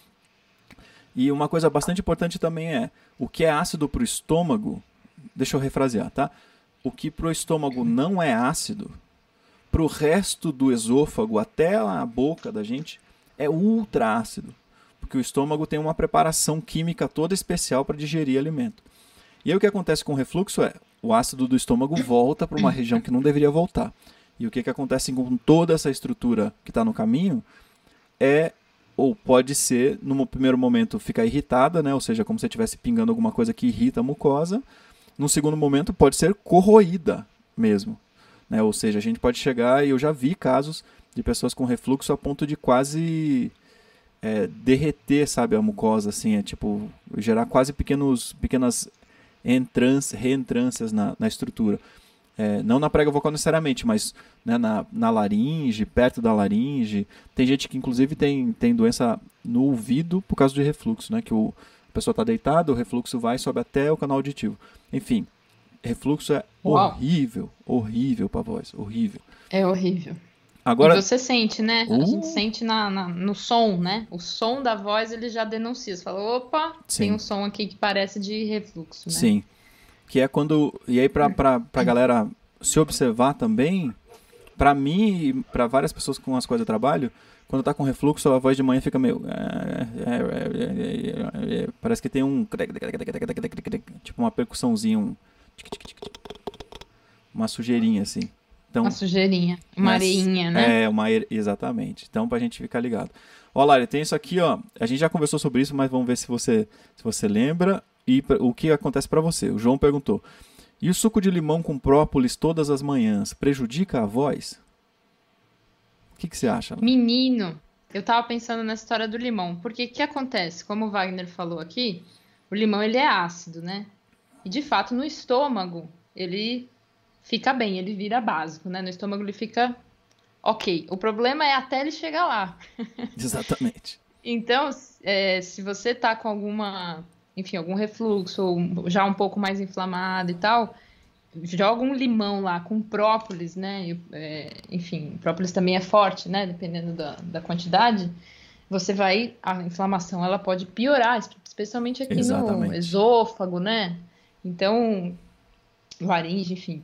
E uma coisa bastante importante também é, o que é ácido para o estômago, deixa eu refrasear, tá? O que para o estômago não é ácido, para o resto do esôfago, até a boca da gente, é ultra ácido, porque o estômago tem uma preparação química toda especial para digerir alimento. E aí o que acontece com o refluxo é, o ácido do estômago volta para uma região que não deveria voltar. E o que, que acontece com toda essa estrutura que está no caminho é, ou pode ser, no primeiro momento, ficar irritada, né? Ou seja, como se estivesse pingando alguma coisa que irrita a mucosa. No segundo momento, pode ser corroída mesmo, né? Ou seja, a gente pode chegar, e eu já vi casos de pessoas com refluxo a ponto de quase é, derreter, sabe, a mucosa, assim, é tipo, gerar quase pequenos, pequenas entrâncias, reentrâncias na, na estrutura. É, não na prega vocal necessariamente, mas né, na, na laringe, perto da laringe. Tem gente que inclusive tem, tem doença no ouvido por causa de refluxo, né? Que o, a pessoa está deitada, o refluxo vai e sobe até o canal auditivo. Enfim, refluxo é Uau. horrível, horrível para a voz, horrível. É horrível. Agora, e você sente, né? Uh. A gente sente na, na, no som, né? O som da voz, ele já denuncia. Você fala, opa, Sim. tem um som aqui que parece de refluxo, né? Sim. Que é quando... E aí, pra, pra, pra galera se observar também, pra mim e pra várias pessoas com as quais eu trabalho, quando tá com refluxo, a voz de manhã fica meio... Parece que tem um... Tipo uma percussãozinha, um... Uma sujeirinha, assim. Então, uma sujeirinha, uma mas, areinha, né? É, uma are... exatamente. Então, pra gente ficar ligado. Ó, Lari, tem isso aqui, ó. A gente já conversou sobre isso, mas vamos ver se você, se você lembra e o que acontece pra você. O João perguntou, e o suco de limão com própolis todas as manhãs prejudica a voz? O que, que você acha, Lari? Menino, eu tava pensando na história do limão, porque o que acontece? Como o Wagner falou aqui, o limão ele é ácido, né? E de fato no estômago ele fica bem, ele vira básico, né? No estômago ele fica ok. O problema é até ele chegar lá. Exatamente. Então, é, se você tá com alguma, enfim, algum refluxo, ou já um pouco mais inflamado e tal, joga um limão lá com própolis, né? É, enfim, própolis também é forte, né? Dependendo da, da quantidade. Você vai, a inflamação ela pode piorar, especialmente aqui Exatamente. no esôfago, né? Então, laringe, enfim.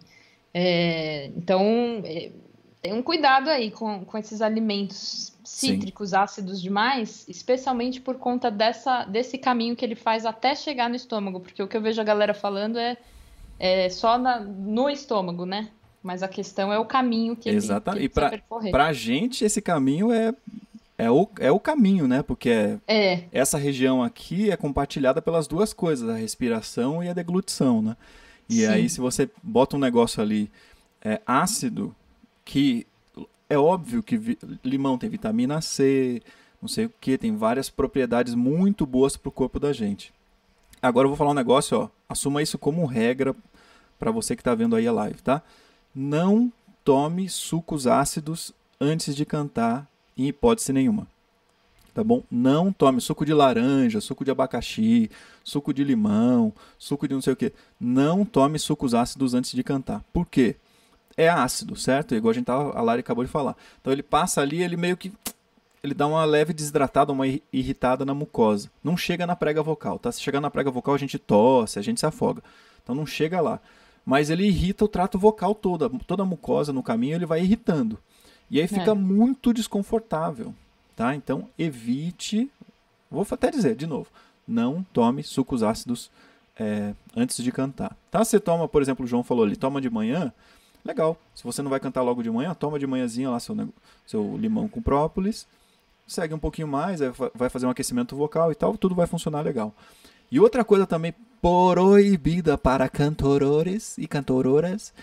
É, então, é, tem um cuidado aí com, com esses alimentos cítricos, Sim. ácidos demais, especialmente por conta dessa, desse caminho que ele faz até chegar no estômago, porque o que eu vejo a galera falando é, é só na, no estômago, né? Mas a questão é o caminho que Exatamente. ele, que ele e pra, pra gente, esse caminho é, é, o, é o caminho, né? Porque é, é. essa região aqui é compartilhada pelas duas coisas, a respiração e a deglutição, né? E Sim. aí, se você bota um negócio ali é, ácido, que é óbvio que vi, limão tem vitamina C, não sei o que, tem várias propriedades muito boas para o corpo da gente. Agora eu vou falar um negócio, ó, assuma isso como regra para você que está vendo aí a live, tá? Não tome sucos ácidos antes de cantar, em hipótese nenhuma. Tá bom? Não tome suco de laranja, suco de abacaxi, suco de limão, suco de não sei o que. Não tome sucos ácidos antes de cantar. Por quê? É ácido, certo? Igual a gente tava, a Lari acabou de falar. Então ele passa ali, ele meio que ele dá uma leve desidratada, uma irritada na mucosa. Não chega na prega vocal, tá? Se chegar na prega vocal a gente tosse, a gente se afoga. Então não chega lá. Mas ele irrita o trato vocal todo, toda a mucosa no caminho ele vai irritando. E aí fica é. muito desconfortável. Tá? Então, evite, vou até dizer de novo, não tome sucos ácidos é, antes de cantar. Tá? Você toma, por exemplo, o João falou ali, toma de manhã, legal. Se você não vai cantar logo de manhã, toma de manhãzinha lá seu, seu limão com própolis, segue um pouquinho mais, vai fazer um aquecimento vocal e tal, tudo vai funcionar legal. E outra coisa também proibida para cantores e cantoras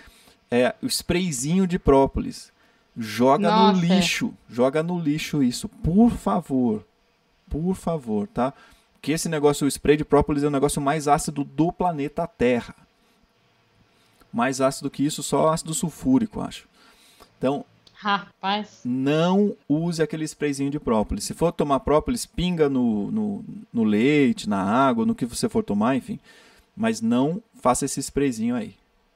É, o sprayzinho de própolis. Joga Nossa, no é. lixo. Joga no lixo isso. Por favor. Por favor, tá? Porque esse negócio, o spray de própolis é o negócio mais ácido do planeta Terra. Mais ácido que isso, só ácido sulfúrico, acho. Então, Rapaz. não use aquele sprayzinho de própolis. Se for tomar própolis, pinga no, no, no leite, na água, no que você for tomar, enfim. Mas não faça esse sprayzinho aí.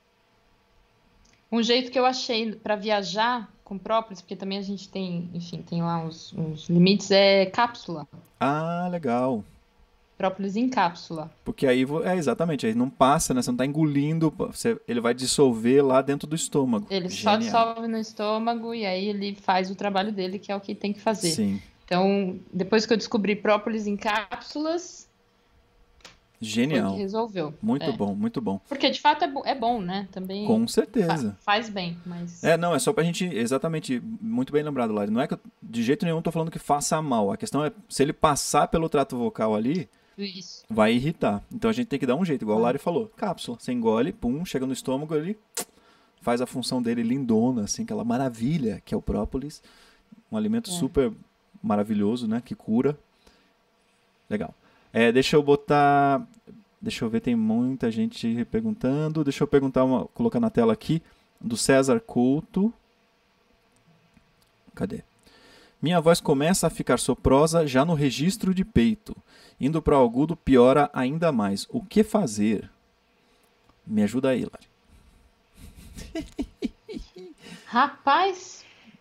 Um jeito que eu achei para viajar com própolis, porque também a gente tem, enfim, tem lá uns, uns limites, é cápsula. Ah, legal. Própolis em cápsula. Porque aí, vo- é exatamente, aí não passa, né? Você não tá engolindo, você- ele vai dissolver lá dentro do estômago. Ele só Genial. dissolve no estômago e aí ele faz o trabalho dele, que é o que tem que fazer. Sim, Então, depois que eu descobri própolis em cápsulas, foi que genial. resolveu. Muito É. bom, muito bom. Porque de fato é, bo- é bom, né? Também Com fa- certeza. faz bem, mas É, não, é só pra gente, exatamente, muito bem lembrado, Lari. Não é que eu, de jeito nenhum, tô falando que faça mal. A questão é, se ele passar pelo trato vocal ali, isso. vai irritar. Então a gente tem que dar um jeito, igual o Ah. Lari falou. Cápsula, você engole, pum, chega no estômago ali, faz a função dele lindona, assim, aquela maravilha que é o própolis. Um alimento É. super maravilhoso, né, que cura. Legal. É, deixa eu botar... Deixa eu ver, tem muita gente perguntando. Deixa eu perguntar, uma, colocar na tela aqui, do César Couto. Cadê? Minha voz começa a ficar soprosa já no registro de peito. Indo para o agudo piora ainda mais. O que fazer? Me ajuda aí, Lari. Rapaz,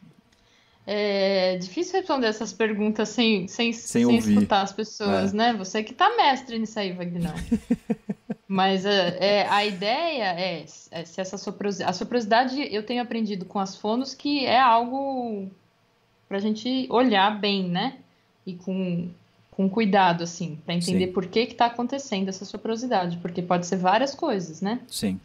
é difícil responder essas perguntas sem, sem, Sem sem ouvir. escutar as pessoas, É. né? Você que tá mestre nisso aí, Vagnão. Mas é, é, a ideia é, é se essa soprosidade, a soprosidade eu tenho aprendido com as fonos que é algo pra gente olhar bem, né? E com, com cuidado, assim, pra entender Sim. por que que tá acontecendo essa soprosidade, porque pode ser várias coisas, né? Sim.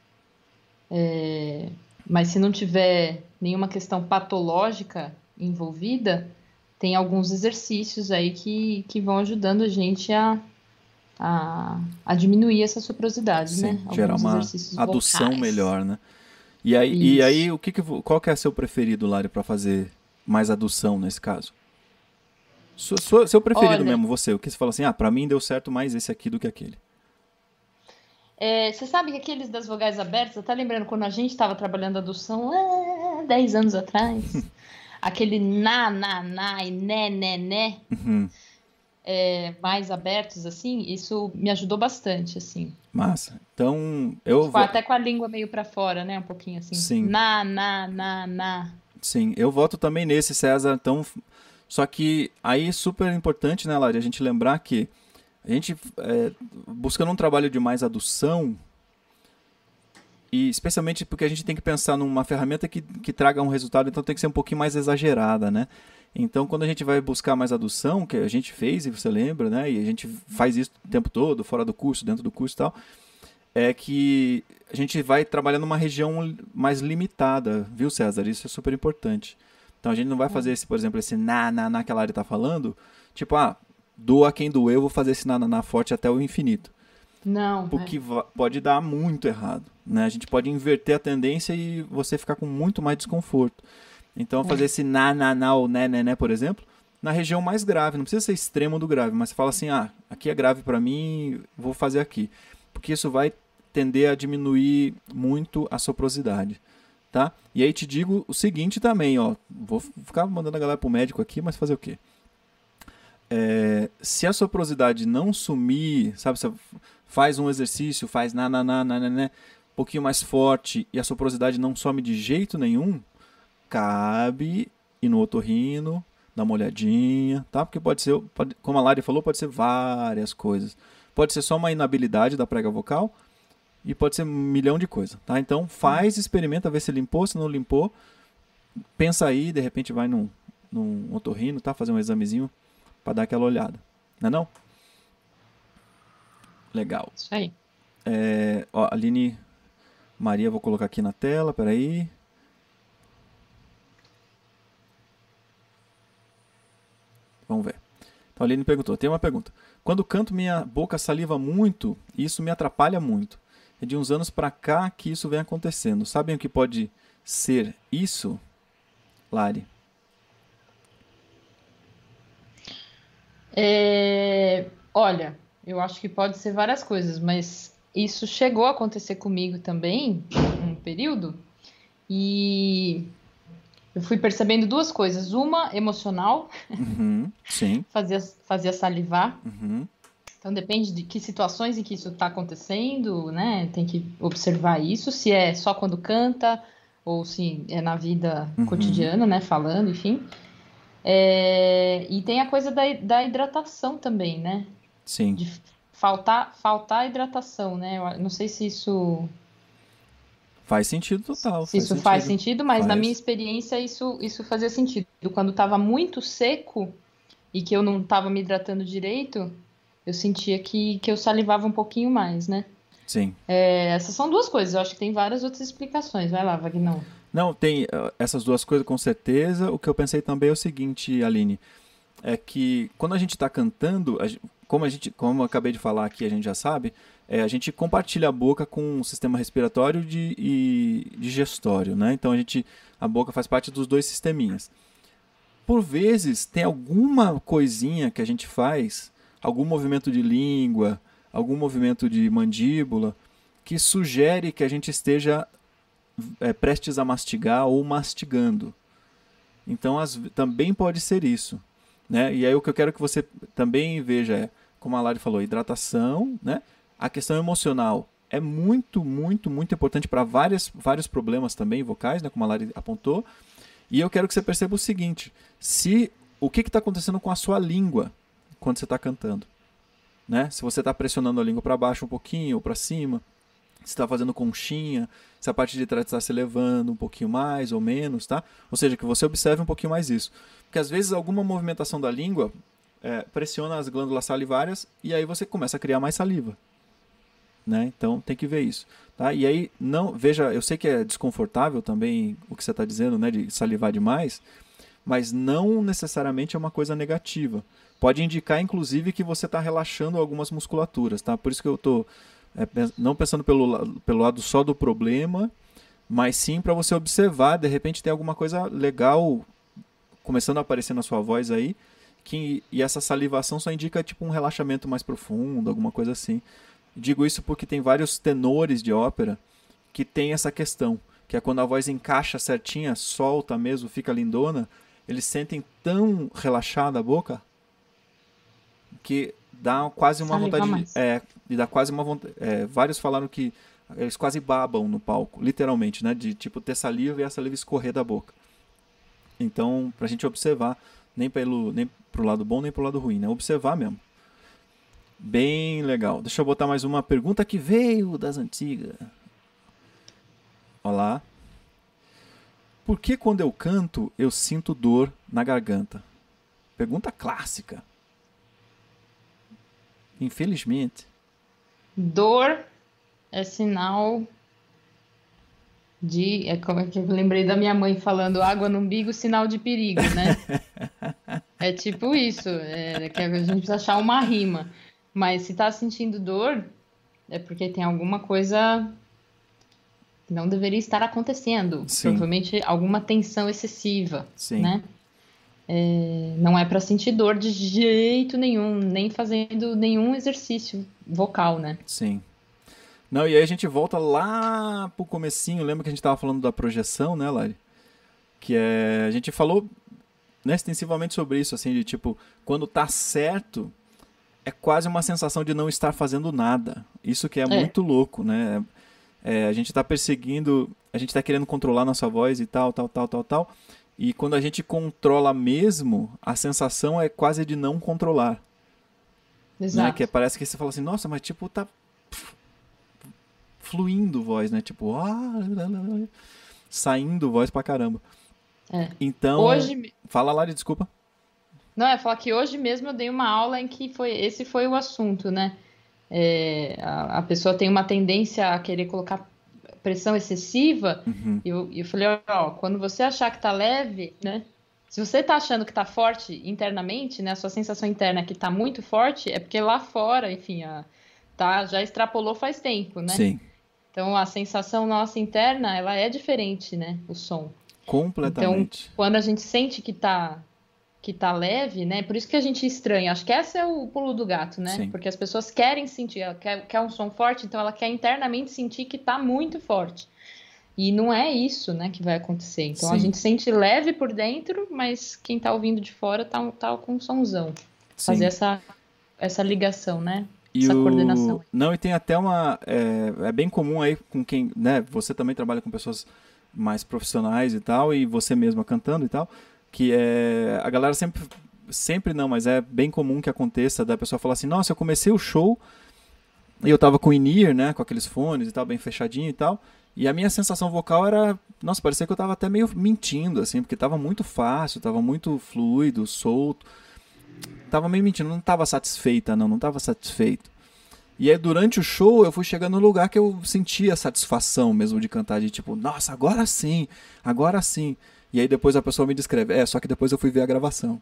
Mas se não tiver nenhuma questão patológica envolvida, tem alguns exercícios aí que, que vão ajudando a gente a, a, a diminuir essa soprosidade, Sim. né? Gerar Alguns uma exercícios adução vocais. melhor, né? E aí, e Isso. aí o que que, vo- qual que é seu preferido, Lari, para fazer mais adução nesse caso? Sua- sua- seu preferido Olha- mesmo, você. O que você fala assim, ah, pra mim deu certo mais esse aqui do que aquele. É, você sabe que aqueles das vogais abertas, tá lembrando quando a gente estava trabalhando adução lá dez anos atrás? Aquele na, na, na e né, né, né, Uhum. é, mais abertos, assim, isso me ajudou bastante, assim. Massa. Então, eu Tipo, vou... até com a língua meio pra fora, né? Um pouquinho assim. Sim. Na, na, na, na. Sim, eu voto também nesse, César. Então, só que aí é super importante, né, Lari, a gente lembrar que a gente, é, buscando um trabalho de mais adução, e especialmente porque a gente tem que pensar numa ferramenta que, que traga um resultado, então tem que ser um pouquinho mais exagerada, né? Então, quando a gente vai buscar mais adução, que a gente fez, e você lembra, né? E a gente faz isso o tempo todo, fora do curso, dentro do curso e tal, é que a gente vai trabalhando numa região mais limitada, viu, César? Isso é super importante. Então, a gente não vai fazer esse, por exemplo, esse na, na, na que a Lari tá falando, tipo, ah, doa quem doeu, vou fazer esse na, na, na forte até o infinito. Não. Porque va- pode dar muito errado, né? A gente pode inverter a tendência e você ficar com muito mais desconforto. Então, fazer esse na, na, na ou né, né, né, por exemplo, na região mais grave. Não precisa ser extremo do grave, mas você fala assim, ah, aqui é grave pra mim, vou fazer aqui. Porque isso vai tender a diminuir muito a soprosidade, tá? E aí te digo o seguinte também, ó, vou ficar mandando a galera pro médico aqui, mas fazer o quê? É, se a soprosidade não sumir, sabe, você faz um exercício, faz na, na, na, na, na, na, um pouquinho mais forte e a soprosidade não some de jeito nenhum, cabe ir no otorrino, dar uma olhadinha, tá? Porque pode ser, pode, como a Lari falou, pode ser várias coisas. Pode ser só uma inabilidade da prega vocal e pode ser um milhão de coisas, tá? Então faz, experimenta, vê se limpou, se não limpou, pensa aí, de repente vai num, num otorrino, tá? Fazer um examezinho para dar aquela olhada, não é não? Legal. Isso aí. É, ó, Aline Maria, vou colocar aqui na tela, peraí. Vamos ver. Então a Aline perguntou, tem uma pergunta. Quando canto, minha boca saliva muito e isso me atrapalha muito. é de uns anos para cá que isso vem acontecendo. Sabem o que pode ser isso, Lari? É, olha, eu acho que pode ser várias coisas, mas isso chegou a acontecer comigo também, um período, e eu fui percebendo duas coisas. Uma, emocional, Uhum, sim. fazia, fazia salivar. Uhum, Então depende de que situações em que isso está acontecendo, né? Tem que observar isso, se é só quando canta, ou se é na vida uhum, cotidiana, né? Falando, enfim. É, e tem a coisa da, da hidratação também, né? sim. De faltar, faltar hidratação, né? Eu não sei se isso, Faz sentido total, se faz isso faz sentido. sentido, mas na minha Faz. experiência isso, isso fazia sentido. Quando estava muito seco e que eu não estava me hidratando direito, eu sentia que, que eu salivava um pouquinho mais, né? Sim. É, essas são duas coisas, eu acho que tem várias outras explicações. Vai lá, Vagnão. Não, tem uh, essas duas coisas com certeza. O que eu pensei também é o seguinte, Aline, é que quando a gente está cantando, a gen- como a gente, como eu acabei de falar aqui, a gente já sabe, é, a gente compartilha a boca com o sistema respiratório de, e digestório, né? Então a gente, a boca faz parte dos dois sisteminhas. Por vezes tem alguma coisinha que a gente faz, algum movimento de língua, algum movimento de mandíbula, que sugere que a gente esteja é, prestes a mastigar ou mastigando. Então, as, também pode ser isso. Né? E aí o que eu quero que você também veja é, como a Lari falou, hidratação, né? A questão emocional é muito, muito, muito importante para vários problemas também vocais, né? Como a Lari apontou. E eu quero que você perceba o seguinte, se o que está acontecendo com a sua língua quando você está cantando. Né? Se você está pressionando a língua para baixo um pouquinho ou para cima, se está fazendo conchinha, se a parte de trás está se elevando um pouquinho mais ou menos, tá? Ou seja, que você observe um pouquinho mais isso. Porque às vezes alguma movimentação da língua é, pressiona as glândulas salivárias e aí você começa a criar mais saliva. Né? Então tem que ver isso. Tá? E aí, não, veja, eu sei que é desconfortável também o que você está dizendo, né, de salivar demais, mas não necessariamente é uma coisa negativa. Pode indicar, inclusive, que você está relaxando algumas musculaturas, tá? Por isso que eu estou é, não pensando pelo, pelo lado só do problema, mas sim para você observar, de repente tem alguma coisa legal começando a aparecer na sua voz aí, que, e essa salivação só indica tipo um relaxamento mais profundo, alguma coisa assim. Digo isso porque tem vários tenores de ópera que tem essa questão, que é quando a voz encaixa certinha, solta mesmo, fica lindona, eles sentem tão relaxada a boca que dá quase uma Saliva vontade de, mais. é, e dá quase uma vontade, é, vários falaram que eles quase babam no palco, literalmente, né, de tipo ter saliva e a saliva escorrer da boca. Então, pra gente observar, nem pelo nem pro lado bom nem pro lado ruim, né, observar mesmo. Bem legal. Deixa eu botar mais uma pergunta que veio das antigas. Olá. Por que quando eu canto eu sinto dor na garganta? Pergunta clássica. Infelizmente. Dor é sinal de. É como é que eu lembrei da minha mãe falando água no umbigo, sinal de perigo, né? É tipo isso. É, que a gente precisa achar uma rima. Mas se tá sentindo dor, é porque tem alguma coisa que não deveria estar acontecendo. Sim, Provavelmente alguma tensão excessiva, sim, né? É, não é para sentir dor de jeito nenhum, nem fazendo nenhum exercício vocal, né? sim. Não, e aí a gente volta lá pro comecinho, lembra que a gente tava falando da projeção, né, Lari? Que é, a gente falou, né, extensivamente sobre isso, assim, de tipo, quando tá certo, é quase uma sensação de não estar fazendo nada. Isso que é É, muito louco, né? É, a gente tá perseguindo, a gente tá querendo controlar nossa voz e tal, tal, tal, tal, tal. E quando a gente controla mesmo, a sensação é quase de não controlar, né? Que é- exato. parece que você fala assim, nossa, mas tipo, tá fluindo voz, né? Tipo, ah, saindo voz pra caramba. É. Então, Hoje, fala lá de desculpa. não, é falar que hoje mesmo eu dei uma aula em que foi, esse foi o assunto, né? É, a, a pessoa tem uma tendência a querer colocar pressão excessiva, Uhum, e eu, e eu falei, ó, quando você achar que tá leve, né? Se você tá achando que tá forte internamente, né? A sua sensação interna é que tá muito forte, é porque lá fora, enfim, a, tá, já extrapolou faz tempo, né? sim. Então, a sensação nossa interna, ela é diferente, né? O som. Completamente. Então, quando a gente sente que tá, que tá leve, né? Por isso que a gente estranha. Acho que esse é o pulo do gato, né? Sim. Porque as pessoas querem sentir, ela quer, quer um som forte, então ela quer internamente sentir que tá muito forte. E não é isso, né, que vai acontecer. Então, Sim. a gente sente leve por dentro, mas quem tá ouvindo de fora tá, tá com um somzão. Fazer Sim. essa, essa ligação, né? E Essa o... coordenação. Não, e tem até uma... É, é bem comum aí com quem... né? Você também trabalha com pessoas mais profissionais e tal, e você mesma cantando e tal, que é... A galera sempre... Sempre não, mas é bem comum que aconteça da pessoa falar assim, nossa, eu comecei o show e eu tava com in-ear, né? Com aqueles fones e tal, bem fechadinho e tal, e a minha sensação vocal era... Nossa, parecia que eu tava até meio mentindo, assim, porque tava muito fácil, tava muito fluido, solto. Tava meio mentindo, não tava satisfeita, não, não tava satisfeito. E aí, durante o show, eu fui chegando no lugar que eu sentia a satisfação mesmo de cantar, de tipo, nossa, agora sim, agora sim. E aí depois a pessoa me descreve, é, só que depois eu fui ver a gravação.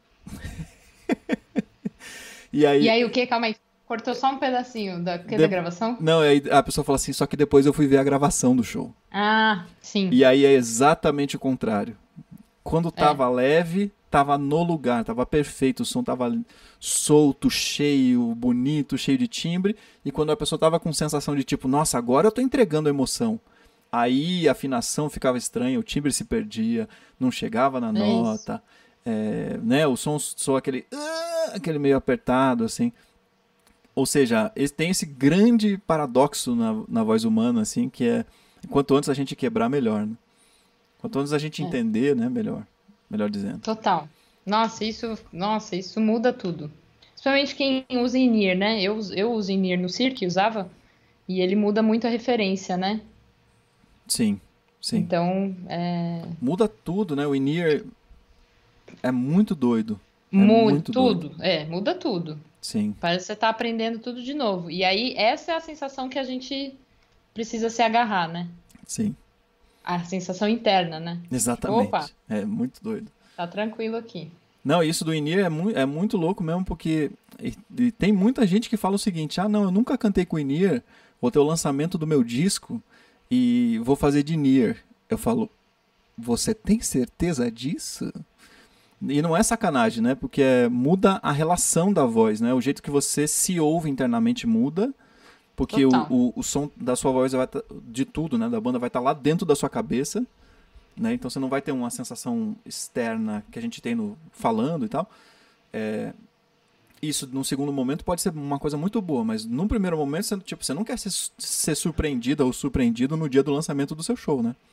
e aí... E aí, o quê? Calma aí. Cortou só um pedacinho da, que, de... da gravação? Não, aí a pessoa fala assim, só que depois eu fui ver a gravação do show. Ah, sim. E aí é exatamente o contrário. Quando tava É. leve, tava no lugar, tava perfeito, o som tava solto, cheio, bonito, cheio de timbre, e quando a pessoa tava com sensação de tipo, nossa, agora eu tô entregando emoção, aí a afinação ficava estranha, o timbre se perdia, não chegava na É nota, é, né, o som soa aquele, uh, aquele meio apertado, assim. Ou seja, tem esse grande paradoxo na, na voz humana, assim, que é, quanto antes a gente quebrar, melhor, né? Quanto antes a gente É. entender, né, melhor. Melhor dizendo. Total. Nossa, isso, nossa, isso muda tudo. Principalmente quem usa in-ear, né? Eu, eu uso in-ear no Cirque, usava, e ele muda muito a referência, né? Sim, sim. Então, é... Muda tudo, né? O in-ear é muito doido. É Mu- muito doido. tudo. É, muda tudo. Sim, Parece que você tá aprendendo tudo de novo. E aí, essa é a sensação que a gente precisa se agarrar, né? sim. A sensação interna, né? Exatamente. Opa, É muito doido. tá tranquilo aqui. Não, isso do in-ear é, mu é muito louco mesmo, porque e, e tem muita gente que fala o seguinte, ah, não, eu nunca cantei com in-ear, vou ter o lançamento do meu disco e vou fazer de in-ear. Eu falo, você tem certeza disso? E não é sacanagem, né? Porque é, muda a relação da voz, né? O jeito que você se ouve internamente muda, porque o, Total. o, o som da sua voz vai tá, de tudo, né? Da banda vai estar tá lá dentro da sua cabeça, né? Então você não vai ter uma sensação externa que a gente tem no falando e tal. É, isso, num segundo momento, pode ser uma coisa muito boa, mas num primeiro momento, você, tipo, você não quer ser, ser surpreendida ou surpreendido no dia do lançamento do seu show, né?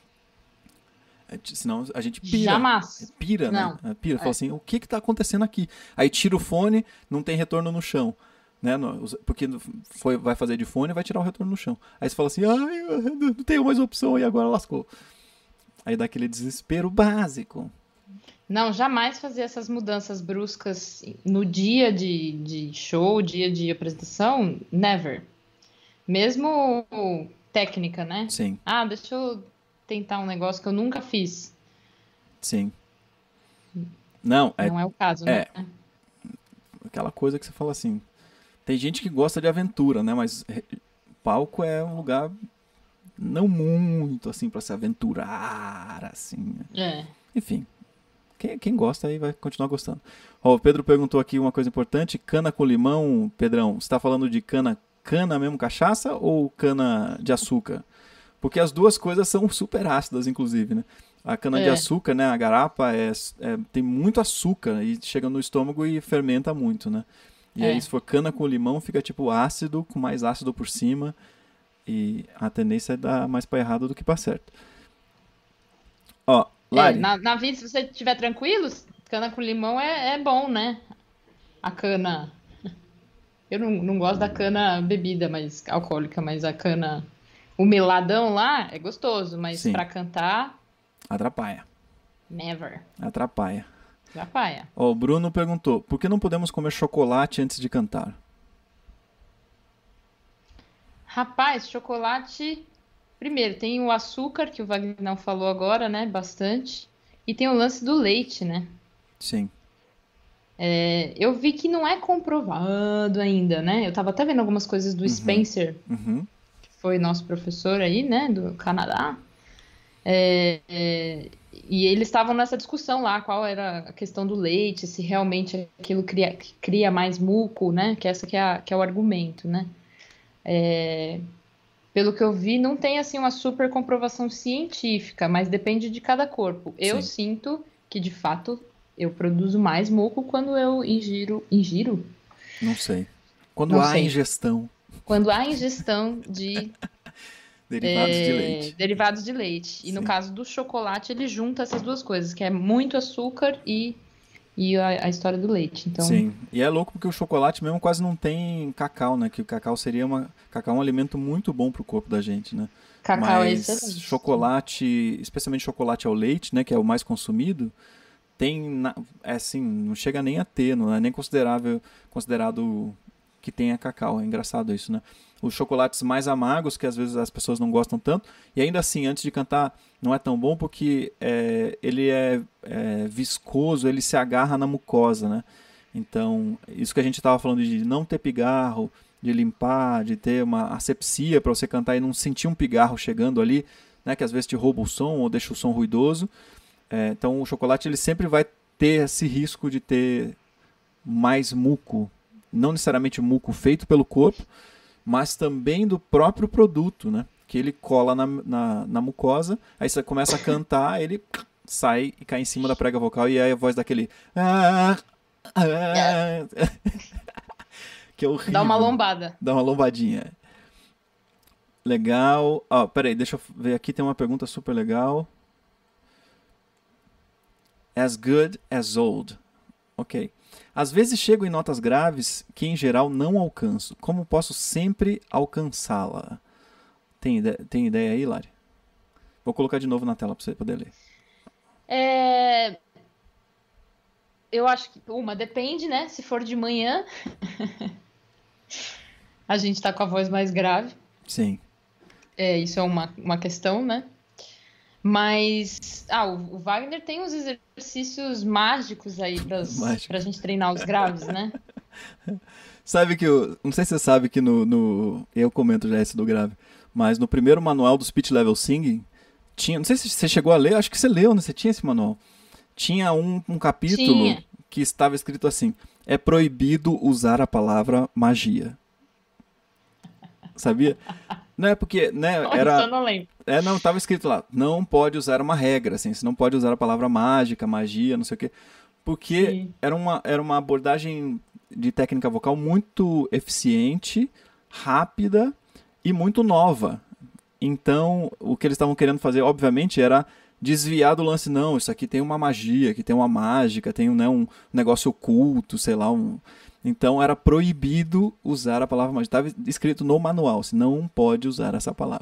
Senão a gente pira. Jamais. Pira, Não. né? Pira. É. Fala assim, o que que tá acontecendo aqui? Aí tira o fone, não tem retorno no chão. Né? Porque foi, vai fazer de fone e vai tirar o retorno no chão. Aí você fala assim, ai, não tenho mais opção, e agora lascou. Aí dá aquele desespero básico. Não, jamais fazer essas mudanças bruscas no dia de, de show, dia de apresentação, never. Mesmo técnica, né? Sim, Ah, deixa eu tentar um negócio que eu nunca fiz. sim. Não, é, Não é o caso, é. né? aquela coisa que você fala assim, tem gente que gosta de aventura, né? Mas eh, palco é um lugar não muito assim pra se aventurar, assim. É. Enfim, quem, quem gosta aí vai continuar gostando. Ó, o Pedro perguntou aqui uma coisa importante, cana com limão, Pedrão, você tá falando de cana, cana mesmo, cachaça ou cana de açúcar? Porque as duas coisas são super ácidas, inclusive, né? A cana de É. açúcar, né? A garapa é, é- tem muito açúcar e chega no estômago e fermenta muito, né? E É. aí, se for cana com limão, fica tipo ácido, com mais ácido por cima. E a tendência é dar mais pra errado do que pra certo. Ó, É, Lari, na, na vida, se você estiver tranquilo, cana com limão é, é bom, né? A cana. Eu não, não gosto da cana bebida, mas alcoólica, mas a cana. O meladão lá é gostoso, mas Sim. pra cantar, atrapalha. never. Atrapalha. Atrapalha. Ó, o Bruno perguntou, por que não podemos comer chocolate antes de cantar? Rapaz, chocolate. Primeiro, tem o açúcar, que o Wagner não falou agora, né? Bastante. E tem o lance do leite, né? Sim. É, eu vi que não é comprovado ainda, né? Eu tava até vendo algumas coisas do Spencer, Uhum. foi nosso professor aí, né, do Canadá. É, é, e eles estavam nessa discussão lá, qual era a questão do leite, se realmente aquilo cria, cria mais muco, né? Que essa que é, a- que é o argumento, né? É, pelo que eu vi, não tem assim uma super comprovação científica, mas depende de cada corpo. Eu Sim, sinto que, de fato, eu produzo mais muco quando eu ingiro, ingiro? não sei. Quando Não há sei. ingestão, Quando há ingestão de derivados de é, leite. derivados de leite. E no Sim. caso do chocolate, ele junta essas duas coisas, que é muito açúcar e, e a, a história do leite. Então, Sim, e é louco porque o chocolate mesmo quase não tem cacau, né? Que o cacau seria uma, cacau é um alimento muito bom pro corpo da gente, né? cacau é Mas excelente. chocolate, especialmente chocolate ao leite, né, que é o mais consumido, tem, na- é assim, não chega nem a ter, não é nem considerável, considerado que tenha cacau. É engraçado isso, né? Os chocolates mais amargos, que às vezes as pessoas não gostam tanto, e ainda assim, antes de cantar, não é tão bom porque é, ele é, é viscoso, ele se agarra na mucosa, né? Então, isso que a gente estava falando de não ter pigarro, de limpar, de ter uma asepsia para você cantar e não sentir um pigarro chegando ali, né? Que às vezes te rouba o som ou deixa o som ruidoso. É, então o chocolate ele sempre vai ter esse risco de ter mais muco, não necessariamente muco feito pelo corpo, mas também do próprio produto, né? Que ele cola na, na, na mucosa, aí você começa a cantar, ele sai e cai em cima da prega vocal e aí a voz daquele "Ah, ah", que é Dá uma horrível, lombada. dá uma lombadinha. Legal. Ó, peraí, deixa eu ver aqui, tem uma pergunta super legal. As good as old. Ok. Às vezes chego em notas graves que em geral não alcanço. Como posso sempre alcançá-la? Tem, ide tem ideia aí, Lari? Vou colocar de novo na tela para você poder ler. É, eu acho que uma depende, né? Se for de manhã, a gente tá com a voz mais grave. Sim, É, isso é uma, uma questão, né? Mas ah, o, o Wagner tem uns exercícios mágicos aí para mágico. a gente treinar os graves, né? Sabe que eu. Não sei se você sabe que no, no. Eu comento já esse do grave. Mas no primeiro manual do Speech Level Singing, tinha. Não sei se você chegou a ler, acho que você leu, né? Você tinha esse manual. Tinha um, um capítulo Tinha. que estava escrito assim: é proibido usar a palavra magia. Sabia? Não é porque, né, Oh, isso eu era. não lembro. É, não, estava escrito lá, não pode usar uma regra, assim, você não pode usar a palavra mágica, magia, não sei o quê. Porque Sim. era uma, era uma abordagem de técnica vocal muito eficiente, rápida e muito nova. Então, o que eles estavam querendo fazer, obviamente, era desviar do lance, não, isso aqui tem uma magia, aqui tem uma mágica, tem né, um negócio oculto, sei lá, um... Então era proibido usar a palavra mágica. Estava escrito no manual, se não pode usar essa palavra.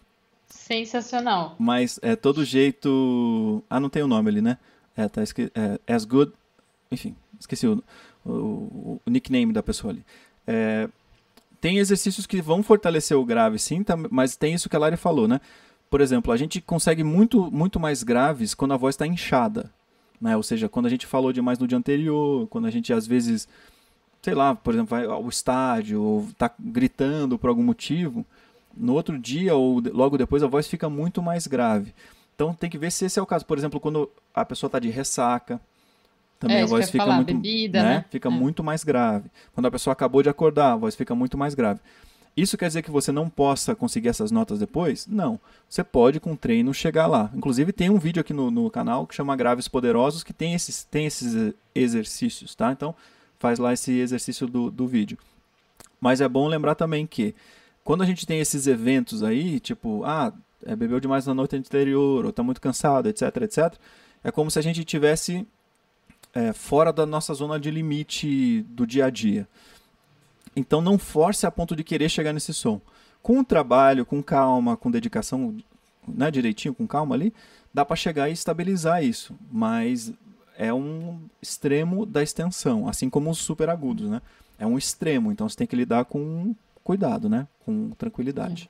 Sensacional. Mas é todo jeito. Ah, não tem o nome ali, né? É, tá escrito. É, as good. Enfim, esqueci o, o, o nickname da pessoa ali. É, tem exercícios que vão fortalecer o grave, sim, tam, mas tem isso que a Lari falou, né? Por exemplo, a gente consegue muito, muito mais graves quando a voz está inchada. Né? Ou seja, quando a gente falou demais no dia anterior, quando a gente às vezes, sei lá, por exemplo, vai ao estádio, ou tá gritando por algum motivo, no outro dia ou logo depois a voz fica muito mais grave. Então tem que ver se esse é o caso. Por exemplo, quando a pessoa está de ressaca, também É, a isso que eu voz ia fica falar, muito, bebida, né? né? Fica É. muito mais grave. Quando a pessoa acabou de acordar, a voz fica muito mais grave. Isso quer dizer que você não possa conseguir essas notas depois? Não. Você pode, com treino, chegar lá. Inclusive, tem um vídeo aqui no, no canal que chama Graves Poderosos, que tem esses, tem esses exercícios, tá? Então, faz lá esse exercício do, do vídeo. Mas é bom lembrar também que, quando a gente tem esses eventos aí, tipo, ah, é, bebeu demais na noite anterior, ou está muito cansado, etc, etcétera, é como se a gente tivesse é, fora da nossa zona de limite do dia a dia. Então não force a ponto de querer chegar nesse som. Com o trabalho, com calma, com dedicação, né, direitinho, com calma ali, dá para chegar e estabilizar isso. Mas é um extremo da extensão, assim como os super agudos, né? É um extremo, então você tem que lidar com cuidado, né? Com tranquilidade.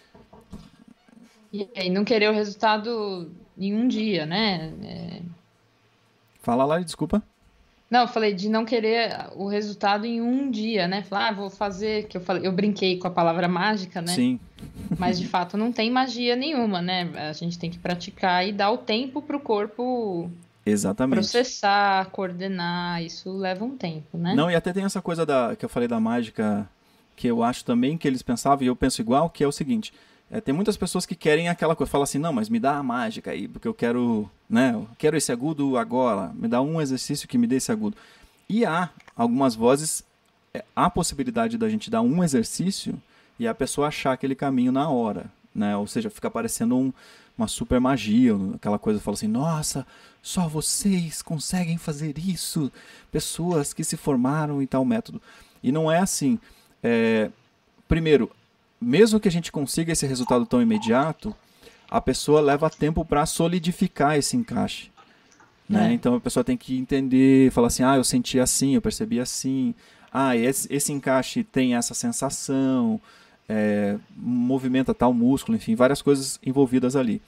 E aí, não querer o resultado em um dia, né? É, Fala lá, desculpa. Não, eu falei de não querer o resultado em um dia, né? Falar, ah, vou fazer, que eu falei, eu brinquei com a palavra mágica, né? Sim, Mas de fato não tem magia nenhuma, né? A gente tem que praticar e dar o tempo para o corpo exatamente. processar, coordenar. Isso leva um tempo, né? Não, e até tem essa coisa da, que eu falei da mágica, que eu acho também que eles pensavam, e eu penso igual, que é o seguinte, é, tem muitas pessoas que querem aquela coisa, falam assim, não, mas me dá a mágica aí, porque eu quero, né, eu quero esse agudo agora, me dá um exercício que me dê esse agudo. E há algumas vozes, é, há a possibilidade da gente dar um exercício e a pessoa achar aquele caminho na hora, né, ou seja, fica parecendo um, uma super magia, aquela coisa, fala assim, nossa, só vocês conseguem fazer isso, pessoas que se formaram em tal método. E não é assim. É, primeiro, mesmo que a gente consiga esse resultado tão imediato, a pessoa leva tempo para solidificar esse encaixe. Né? É. Então a pessoa tem que entender, falar assim, ah, eu senti assim, eu percebi assim, ah, esse, esse encaixe tem essa sensação, é, movimenta tal músculo, enfim, várias coisas envolvidas ali.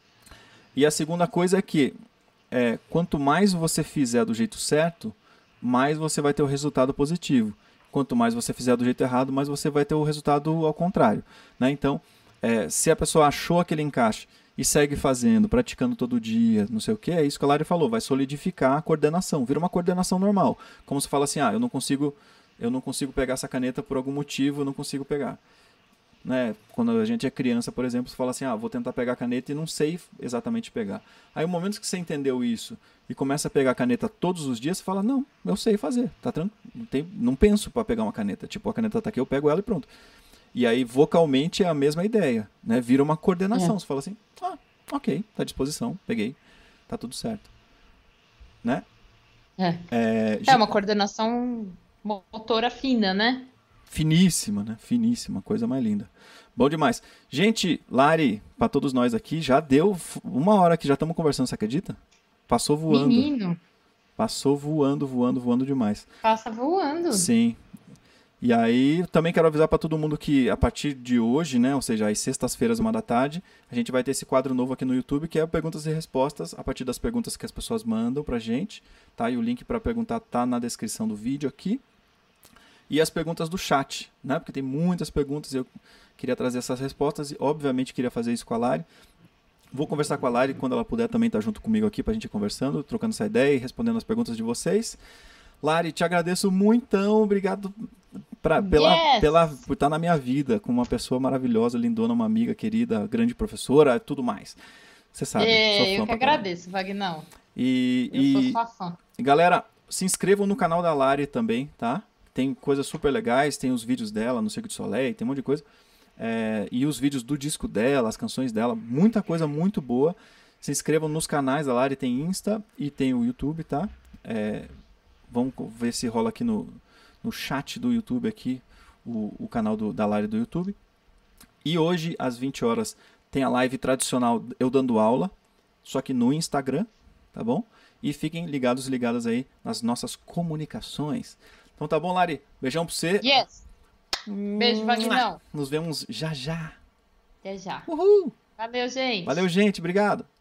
E a segunda coisa é que é, quanto mais você fizer do jeito certo, mais você vai ter o resultado positivo. Quanto mais você fizer do jeito errado, mais você vai ter o resultado ao contrário. Né? Então, é, se a pessoa achou aquele encaixe e segue fazendo, praticando todo dia, não sei o que, é isso que a Lari falou, vai solidificar a coordenação, vira uma coordenação normal. Como se fala assim, ah, eu não consigo, eu não consigo pegar essa caneta por algum motivo, eu não consigo pegar. Né? Quando a gente é criança, por exemplo, você fala assim, ah, vou tentar pegar a caneta e não sei exatamente pegar. Aí, no momento que você entendeu isso e começa a pegar a caneta todos os dias, você fala, não, eu sei fazer, tá tranquilo, não, tem, não penso para pegar uma caneta. Tipo, a caneta tá aqui, eu pego ela e pronto. E aí, vocalmente, é a mesma ideia, né? Vira uma coordenação. É. Você fala assim, ah, ok, tá à disposição, peguei, tá tudo certo. Né? É. É, É uma coordenação motora fina, né? finíssima, né? Finíssima, coisa mais linda. Bom demais. Gente, Lari, para todos nós aqui, já deu uma hora que já estamos conversando, você acredita? Passou voando. Menino, Passou voando, voando, voando demais. passa voando. Sim. E aí, também quero avisar para todo mundo que a partir de hoje, né, ou seja, às sextas-feiras, uma da tarde, a gente vai ter esse quadro novo aqui no YouTube, que é perguntas e respostas, a partir das perguntas que as pessoas mandam pra gente, tá? E o link para perguntar tá na descrição do vídeo aqui. E as perguntas do chat, né? Porque tem muitas perguntas e eu queria trazer essas respostas e, obviamente, queria fazer isso com a Lari. Vou conversar com a Lari quando ela puder também estar junto comigo aqui para a gente ir conversando, trocando essa ideia e respondendo as perguntas de vocês. Lari, te agradeço muito, obrigado pra, pela, Yes! pela, por estar na minha vida, como uma pessoa maravilhosa, lindona, uma amiga querida, grande professora, tudo mais. Você sabe, É, sou fã eu que pra caramba. agradeço, Vagnão. E, Eu sou e sua fã. galera, se inscrevam no canal da Lari também, tá? Tem coisas super legais, tem os vídeos dela no Cirque du Soleil, tem um monte de coisa. É, e os vídeos do disco dela, as canções dela, muita coisa muito boa. Se inscrevam nos canais da Lari, tem Insta e tem o YouTube, tá? É, vamos ver se rola aqui no, no chat do YouTube aqui, o, o canal do, da Lari do YouTube. E hoje, às vinte horas, tem a live tradicional eu dando aula, só que no Instagram, tá bom? E fiquem ligados e ligadas aí nas nossas comunicações. Então tá bom, Lari. Beijão pra você. Yes! Beijo, Vagnão. Nos vemos já já. Até já. Uhul! Valeu, gente. Valeu, gente. Obrigado.